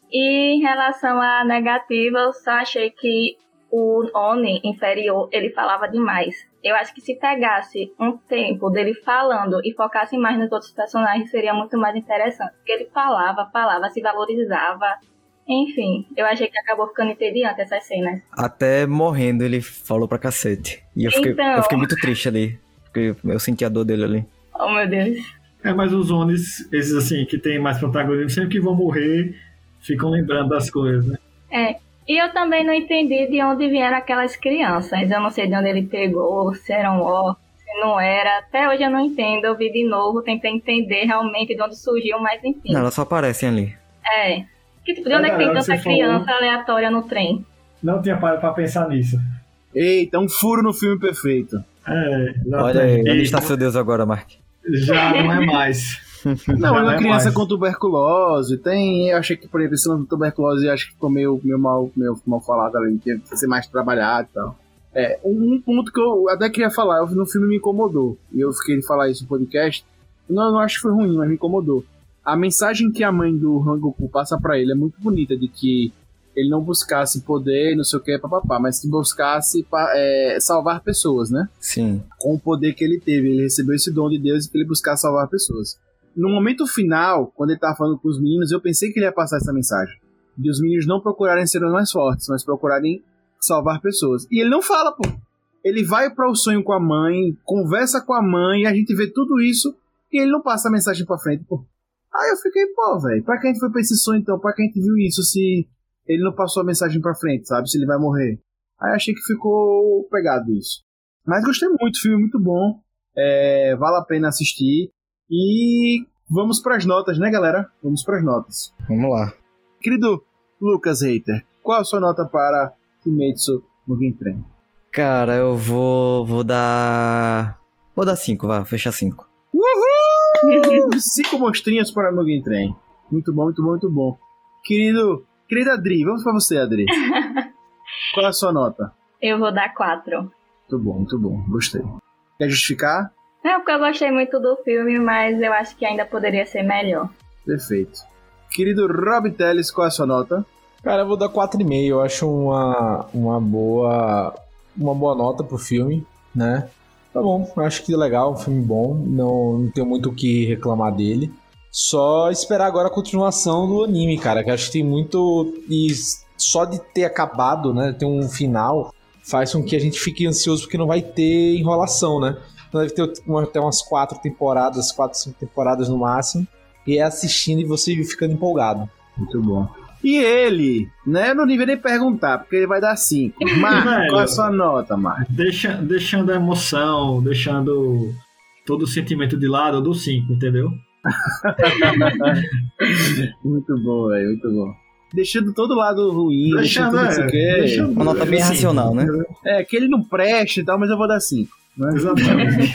E em relação à negativa, eu só achei que o Oni inferior, ele falava demais. Eu acho que se pegasse um tempo dele falando e focasse mais nos outros personagens, seria muito mais interessante. Porque ele falava, falava, se valorizava. Enfim, eu achei que acabou ficando entediante essas cenas. Até morrendo ele falou pra cacete. E eu fiquei, Então... eu fiquei muito triste ali. Porque eu senti a dor dele ali. Oh, meu Deus. É, mas os Onis, esses assim, que tem mais protagonismo, sempre que vão morrer, ficam lembrando das coisas, né? É. E eu também não entendi de onde vieram aquelas crianças. Eu não sei de onde ele pegou, se eram órfãos, se não era. Até hoje eu não entendo. Eu vi de novo, tentei entender realmente de onde surgiu, mas enfim. Não, elas só aparecem ali. É. Que tipo, de onde é, é que tem tanta criança falou... aleatória no trem? Não tinha parado pra pensar nisso. Eita, um furo no filme perfeito. É, olha aí, onde está seu Deus agora, Mark? Já não é mais. Não, é uma criança mais. com tuberculose. Tem, eu achei que, por exemplo, esse nome de tuberculose, acho que ficou meio, meio, mal, meio mal falado ali, tinha que ser mais trabalhado e tal. É, um, um ponto que eu até queria falar, eu, no filme me incomodou, e eu fiquei de falar isso no podcast, não, não acho que foi ruim, mas me incomodou. A mensagem que a mãe do Rengoku passa pra ele é muito bonita, de que ele não buscasse poder, não sei o que, papapá, mas que buscasse é, salvar pessoas, né? Sim. Com o poder que ele teve, ele recebeu esse dom de Deus e que ele buscasse salvar pessoas. No momento final, quando ele tava falando com os meninos, eu pensei que ele ia passar essa mensagem. De os meninos não procurarem ser os mais fortes, mas procurarem salvar pessoas. E ele não fala, pô. Ele vai para o sonho com a mãe, conversa com a mãe, e a gente vê tudo isso, e ele não passa a mensagem pra frente, pô. Aí eu fiquei, pô, velho, pra que a gente foi pra esse sonho então? Pra que a gente viu isso se ele não passou a mensagem pra frente, sabe? Se ele vai morrer. Aí achei que ficou pegado isso. Mas gostei muito, o filme é muito bom. É, vale a pena assistir. E vamos pras notas, né, galera? Vamos pras notas. Vamos lá. Querido Lucas Reiter, qual a sua nota para Kimetsu no Gintren? Cara, eu vou, vou dar... Vou dar cinco, vai, fechar cinco. Uhul! Cinco monstrinhos para o Gintren. Muito bom, muito bom, muito bom. Querido, querida Adri, vamos pra você, Adri. Qual é a sua nota? Eu vou dar quatro. Muito bom, muito bom, gostei. Quer justificar? Não, porque eu gostei muito do filme, mas eu acho que ainda poderia ser melhor. Perfeito. Querido Rob Teles, qual é a sua nota? Cara, eu vou dar quatro vírgula cinco. Eu acho uma, uma boa uma boa nota pro filme, né? Tá bom, eu acho que é legal, um filme bom. Não, não tenho muito o que reclamar dele. Só esperar agora a continuação do anime, cara, que acho que tem muito... E só de ter acabado, né, ter um final, faz com que a gente fique ansioso porque não vai ter enrolação, né? Então deve ter uma, até umas quatro temporadas, quatro, cinco temporadas no máximo. E é assistindo e você ficando empolgado. Muito bom. E ele, né? Eu não devia nem perguntar, porque ele vai dar cinco. Marcos, qual é a sua nota, Marcos? Deixa, deixando a emoção, deixando todo o sentimento de lado, eu dou cinco, entendeu? Muito bom, velho, muito bom. Deixando todo lado ruim, deixando, deixando tudo é, isso aqui. Uma nota bem assim, racional, né? É, que ele não preste e tal, mas eu vou dar cinco. Né? Exatamente.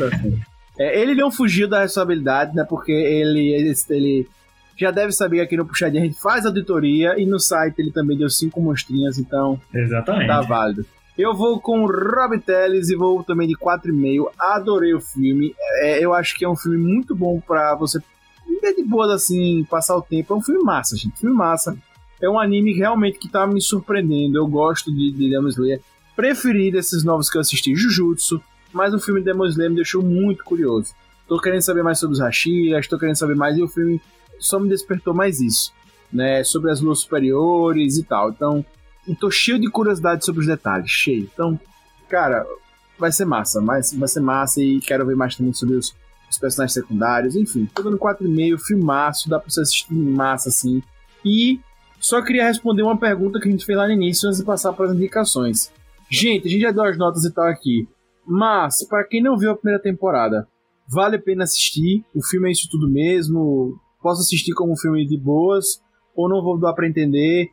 É, ele não fugiu da responsabilidade, né? Porque ele, ele, ele já deve saber que aqui no Puxadinho a gente faz auditoria e no site ele também deu cinco monstrinhas, então Exatamente. Tá válido. Eu vou com Rob Teles e vou também de quatro e meio. Adorei o filme. É, eu acho que é um filme muito bom pra você ver de boas assim, passar o tempo. É um filme massa, gente. Filme massa. É um anime realmente que tá me surpreendendo. Eu gosto de, de Demon Slayer. Preferi desses novos que eu assisti, Jujutsu. Mas o filme Demon Slayer me deixou muito curioso. Tô querendo saber mais sobre os Hashiras, tô querendo saber mais, e o filme só me despertou mais isso, né? Sobre as luas superiores e tal. Então, eu tô cheio de curiosidade sobre os detalhes, cheio. Então, cara, vai ser massa, mas vai ser massa e quero ver mais também sobre os, os personagens secundários. Enfim, tô dando quatro e meio, filmaço, dá pra você assistir massa, assim. E só queria responder uma pergunta que a gente fez lá no início antes de passar para as indicações. Gente, a gente já deu as notas e tal aqui. Mas, para quem não viu a primeira temporada, vale a pena assistir. O filme é isso tudo mesmo. Posso assistir como um filme de boas, ou não vou dar pra entender,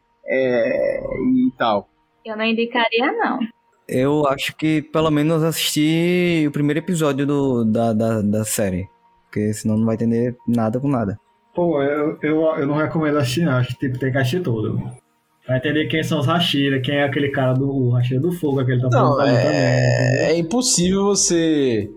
é, e tal. Eu não indicaria, não. Eu acho que pelo menos assistir o primeiro episódio do, da, da, da série. Porque senão não vai entender nada com nada. Pô, eu, eu, eu não recomendo assistir, não. Acho que tem, tem que assistir todo. Vai entender quem são os Hashira, quem é aquele cara do Hashira do Fogo, aquele tá falando Não, é, também. é impossível você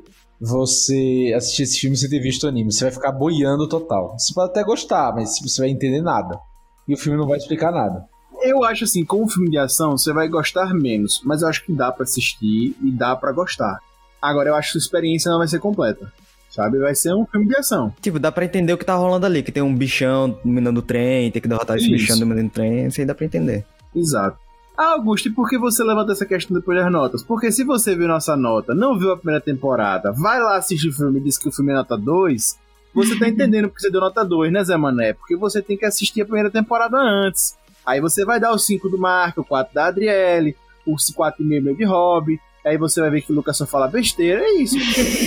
você assistir esse filme sem ter visto o anime. Você vai ficar boiando total. Você pode até gostar, mas você vai entender nada. E o filme não vai explicar nada. Eu acho assim, como filme de ação, você vai gostar menos, mas eu acho que dá pra assistir e dá pra gostar. Agora, eu acho que a experiência não vai ser completa, sabe? Vai ser um filme de ação. Tipo, dá pra entender o que tá rolando ali, que tem um bichão dominando o trem, tem que derrotar esse Isso. bichão dominando o trem, isso aí dá pra entender. Exato. Ah, Augusto, e por que você levanta essa questão depois das notas? Porque se você viu nossa nota, não viu a primeira temporada, vai lá assistir o filme e diz que o filme é nota dois, você tá entendendo porque você deu nota dois, né, Zé Mané? Porque você tem que assistir a primeira temporada antes. Aí você vai dar o cinco do Marco, o quatro da Adriele, o quatro e meio de Rob, aí você vai ver que o Lucas só fala besteira, é isso.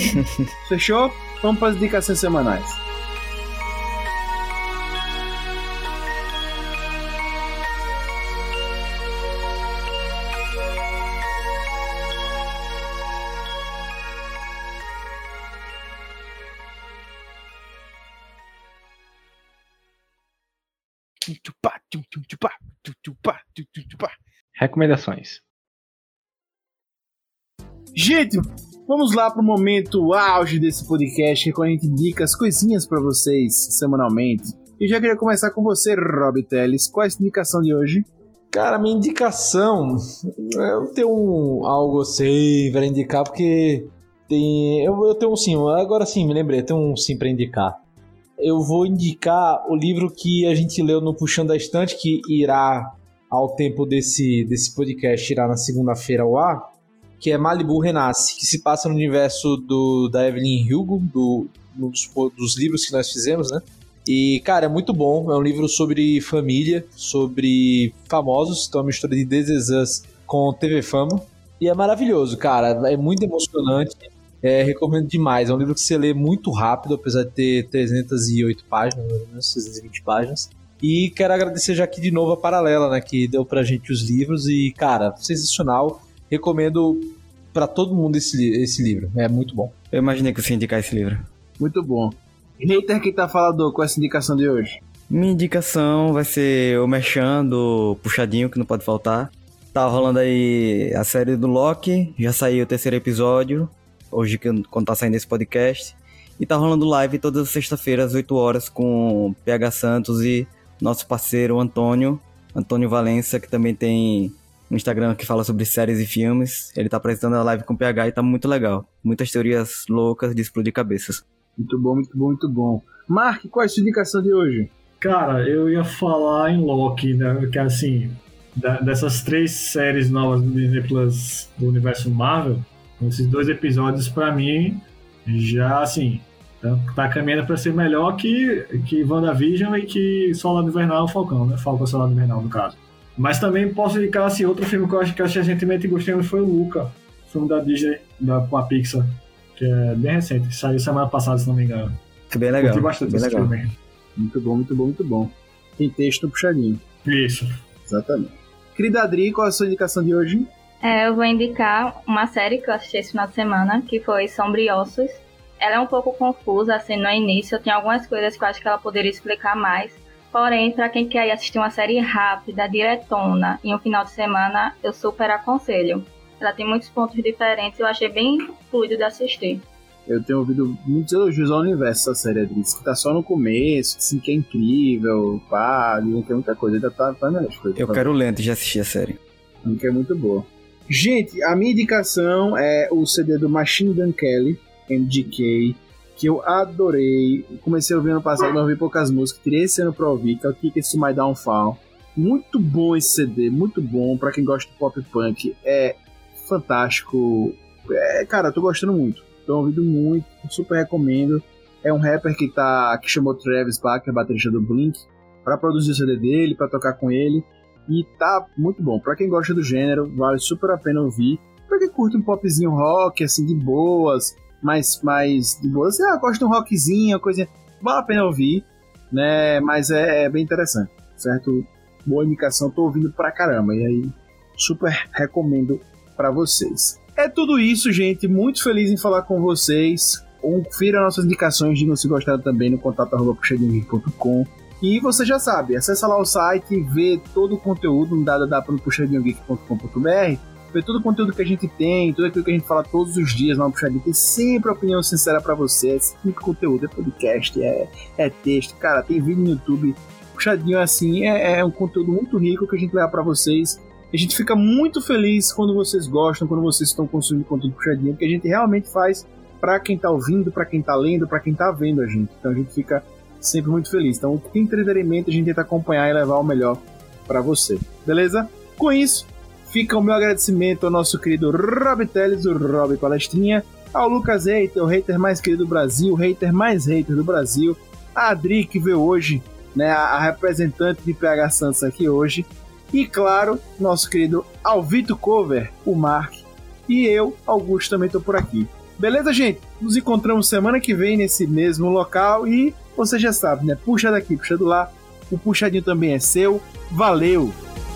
Fechou? Vamos para as indicações semanais. Recomendações. Gente, vamos lá pro momento auge desse podcast, que é quando a gente indica as coisinhas pra vocês semanalmente. E já queria começar com você, Rob Teles. Qual é a indicação de hoje? Cara, minha indicação, eu tenho um, algo assim pra indicar, porque tem, eu, eu tenho um sim, agora sim, me lembrei, eu tenho um sim pra indicar. Eu vou indicar o livro que a gente leu no Puxando da Estante, que irá, ao tempo desse, desse podcast, irá na segunda-feira ao ar, que é Malibu Renasce, que se passa no universo do, da Evelyn Hugo, do, dos, dos livros que nós fizemos, né? E, cara, é muito bom. É um livro sobre família, sobre famosos. Então é uma mistura de This Is Us com T V Fama. E é maravilhoso, cara. É muito emocionante. É, recomendo demais. É um livro que você lê muito rápido, apesar de ter trezentas e oito páginas, mais ou menos, trezentas e vinte páginas. E quero agradecer já aqui de novo a Paralela, né, que deu pra gente os livros. E, cara, sensacional. Recomendo pra todo mundo esse, esse livro. É muito bom. Eu imaginei que você ia indicar esse livro. Muito bom. Hater que tá falador, qual é essa indicação de hoje? Minha indicação vai ser o Merchan do Puxadinho, que não pode faltar. Tá rolando aí a série do Loki, já saiu o terceiro episódio, hoje quando tá saindo esse podcast. E tá rolando live todas as sextas-feiras, às oito horas, com P H Santos e nosso parceiro Antônio, Antônio Valença, que também tem um Instagram que fala sobre séries e filmes. Ele tá apresentando a live com o P H e tá muito legal. Muitas teorias loucas de explodir cabeças. Muito bom, muito bom, muito bom. Mark, qual é a sua indicação de hoje? Cara, eu ia falar em Loki, né? Que assim, da, dessas três séries novas do Disney Plus do universo Marvel, Esses dois episódios, pra mim, já, assim, tá, tá caminhando pra ser melhor que, que WandaVision e que Soldado Invernal e Falcão, né? Falcão e Soldado Invernal, no caso. Mas também posso indicar, assim, outro filme que eu acho que eu achei recentemente gostei muito foi o Luca, filme da Disney, da, com a Pixar, que é bem recente, saiu semana passada, se não me engano. É bem legal. Curti bastante bem esse legal. filme. Muito bom, muito bom, muito bom. Tem texto puxadinho. Isso. Exatamente. Querida Adri, qual é a sua indicação de hoje? É, eu vou indicar uma série que eu assisti esse final de semana, que foi Sombriossos. Ela é um pouco confusa, assim, no início. Tem algumas coisas que eu acho que ela poderia explicar mais. Porém, pra quem quer assistir uma série rápida, diretona, em um final de semana, eu super aconselho. Ela tem muitos pontos diferentes e eu achei bem fluido de assistir. Eu tenho ouvido muitos elogios ao universo dessa série, Adri. Que tá só no começo, assim, que é incrível, pá, não tem muita coisa, ainda tá fazendo as coisas. Eu quero lento de assistir a série. Que é muito boa. Gente, a minha indicação é o C D do Machine Gun Kelly, M G K, que eu adorei. Comecei a ouvir ano passado, mas ouvi poucas músicas. Tirei esse ano pra ouvir, que é o Tickets to My Downfall. Muito bom esse C D, muito bom. Pra quem gosta de pop punk, é fantástico. É, cara, tô gostando muito. Tô ouvindo muito, super recomendo. É um rapper que, tá, que chamou Travis Barker, baterista do Blink, pra produzir o C D dele, pra tocar com ele. E tá muito bom. Pra quem gosta do gênero, vale super a pena ouvir. Pra quem curte um popzinho rock, assim, de boas, mais, mais de boas, ah, gosta de um rockzinho, uma coisinha, vale a pena ouvir, né? Mas é, é bem interessante, certo? Boa indicação, tô ouvindo pra caramba. E aí, super recomendo pra vocês. É tudo isso, gente. Muito feliz em falar com vocês. Confira nossas indicações, digam se gostaram também no contato arroba puxadinho geek ponto com. E você já sabe, acessa lá o site, vê todo o conteúdo no w w w ponto puxadinho geek ponto com ponto b r, vê todo o conteúdo que a gente tem, tudo aquilo que a gente fala todos os dias lá no Puxadinho. Tem sempre opinião sincera pra você, é sempre conteúdo, é podcast, é, é texto, cara, tem vídeo no YouTube. Puxadinho, assim, é, é um conteúdo muito rico que a gente leva pra vocês. A gente fica muito feliz quando vocês gostam, quando vocês estão consumindo conteúdo Puxadinho, porque a gente realmente faz pra quem tá ouvindo, pra quem tá lendo, pra quem tá vendo a gente. Então a gente fica sempre muito feliz. Então, o que entretenimento a gente tenta acompanhar e levar o melhor pra você. Beleza? Com isso, fica o meu agradecimento ao nosso querido Rob Teles, o Rob Palestrinha, ao Lucas Hater, o hater mais querido do Brasil, o hater mais hater do Brasil, a Adri, que veio hoje, né, a representante de P H Santos aqui hoje, e claro, nosso querido Alvito Cover, o Mark, e eu, Augusto, também tô por aqui. Beleza, gente? Nos encontramos semana que vem nesse mesmo local e você já sabe, né? Puxa daqui, puxa do lá. O puxadinho também é seu. Valeu!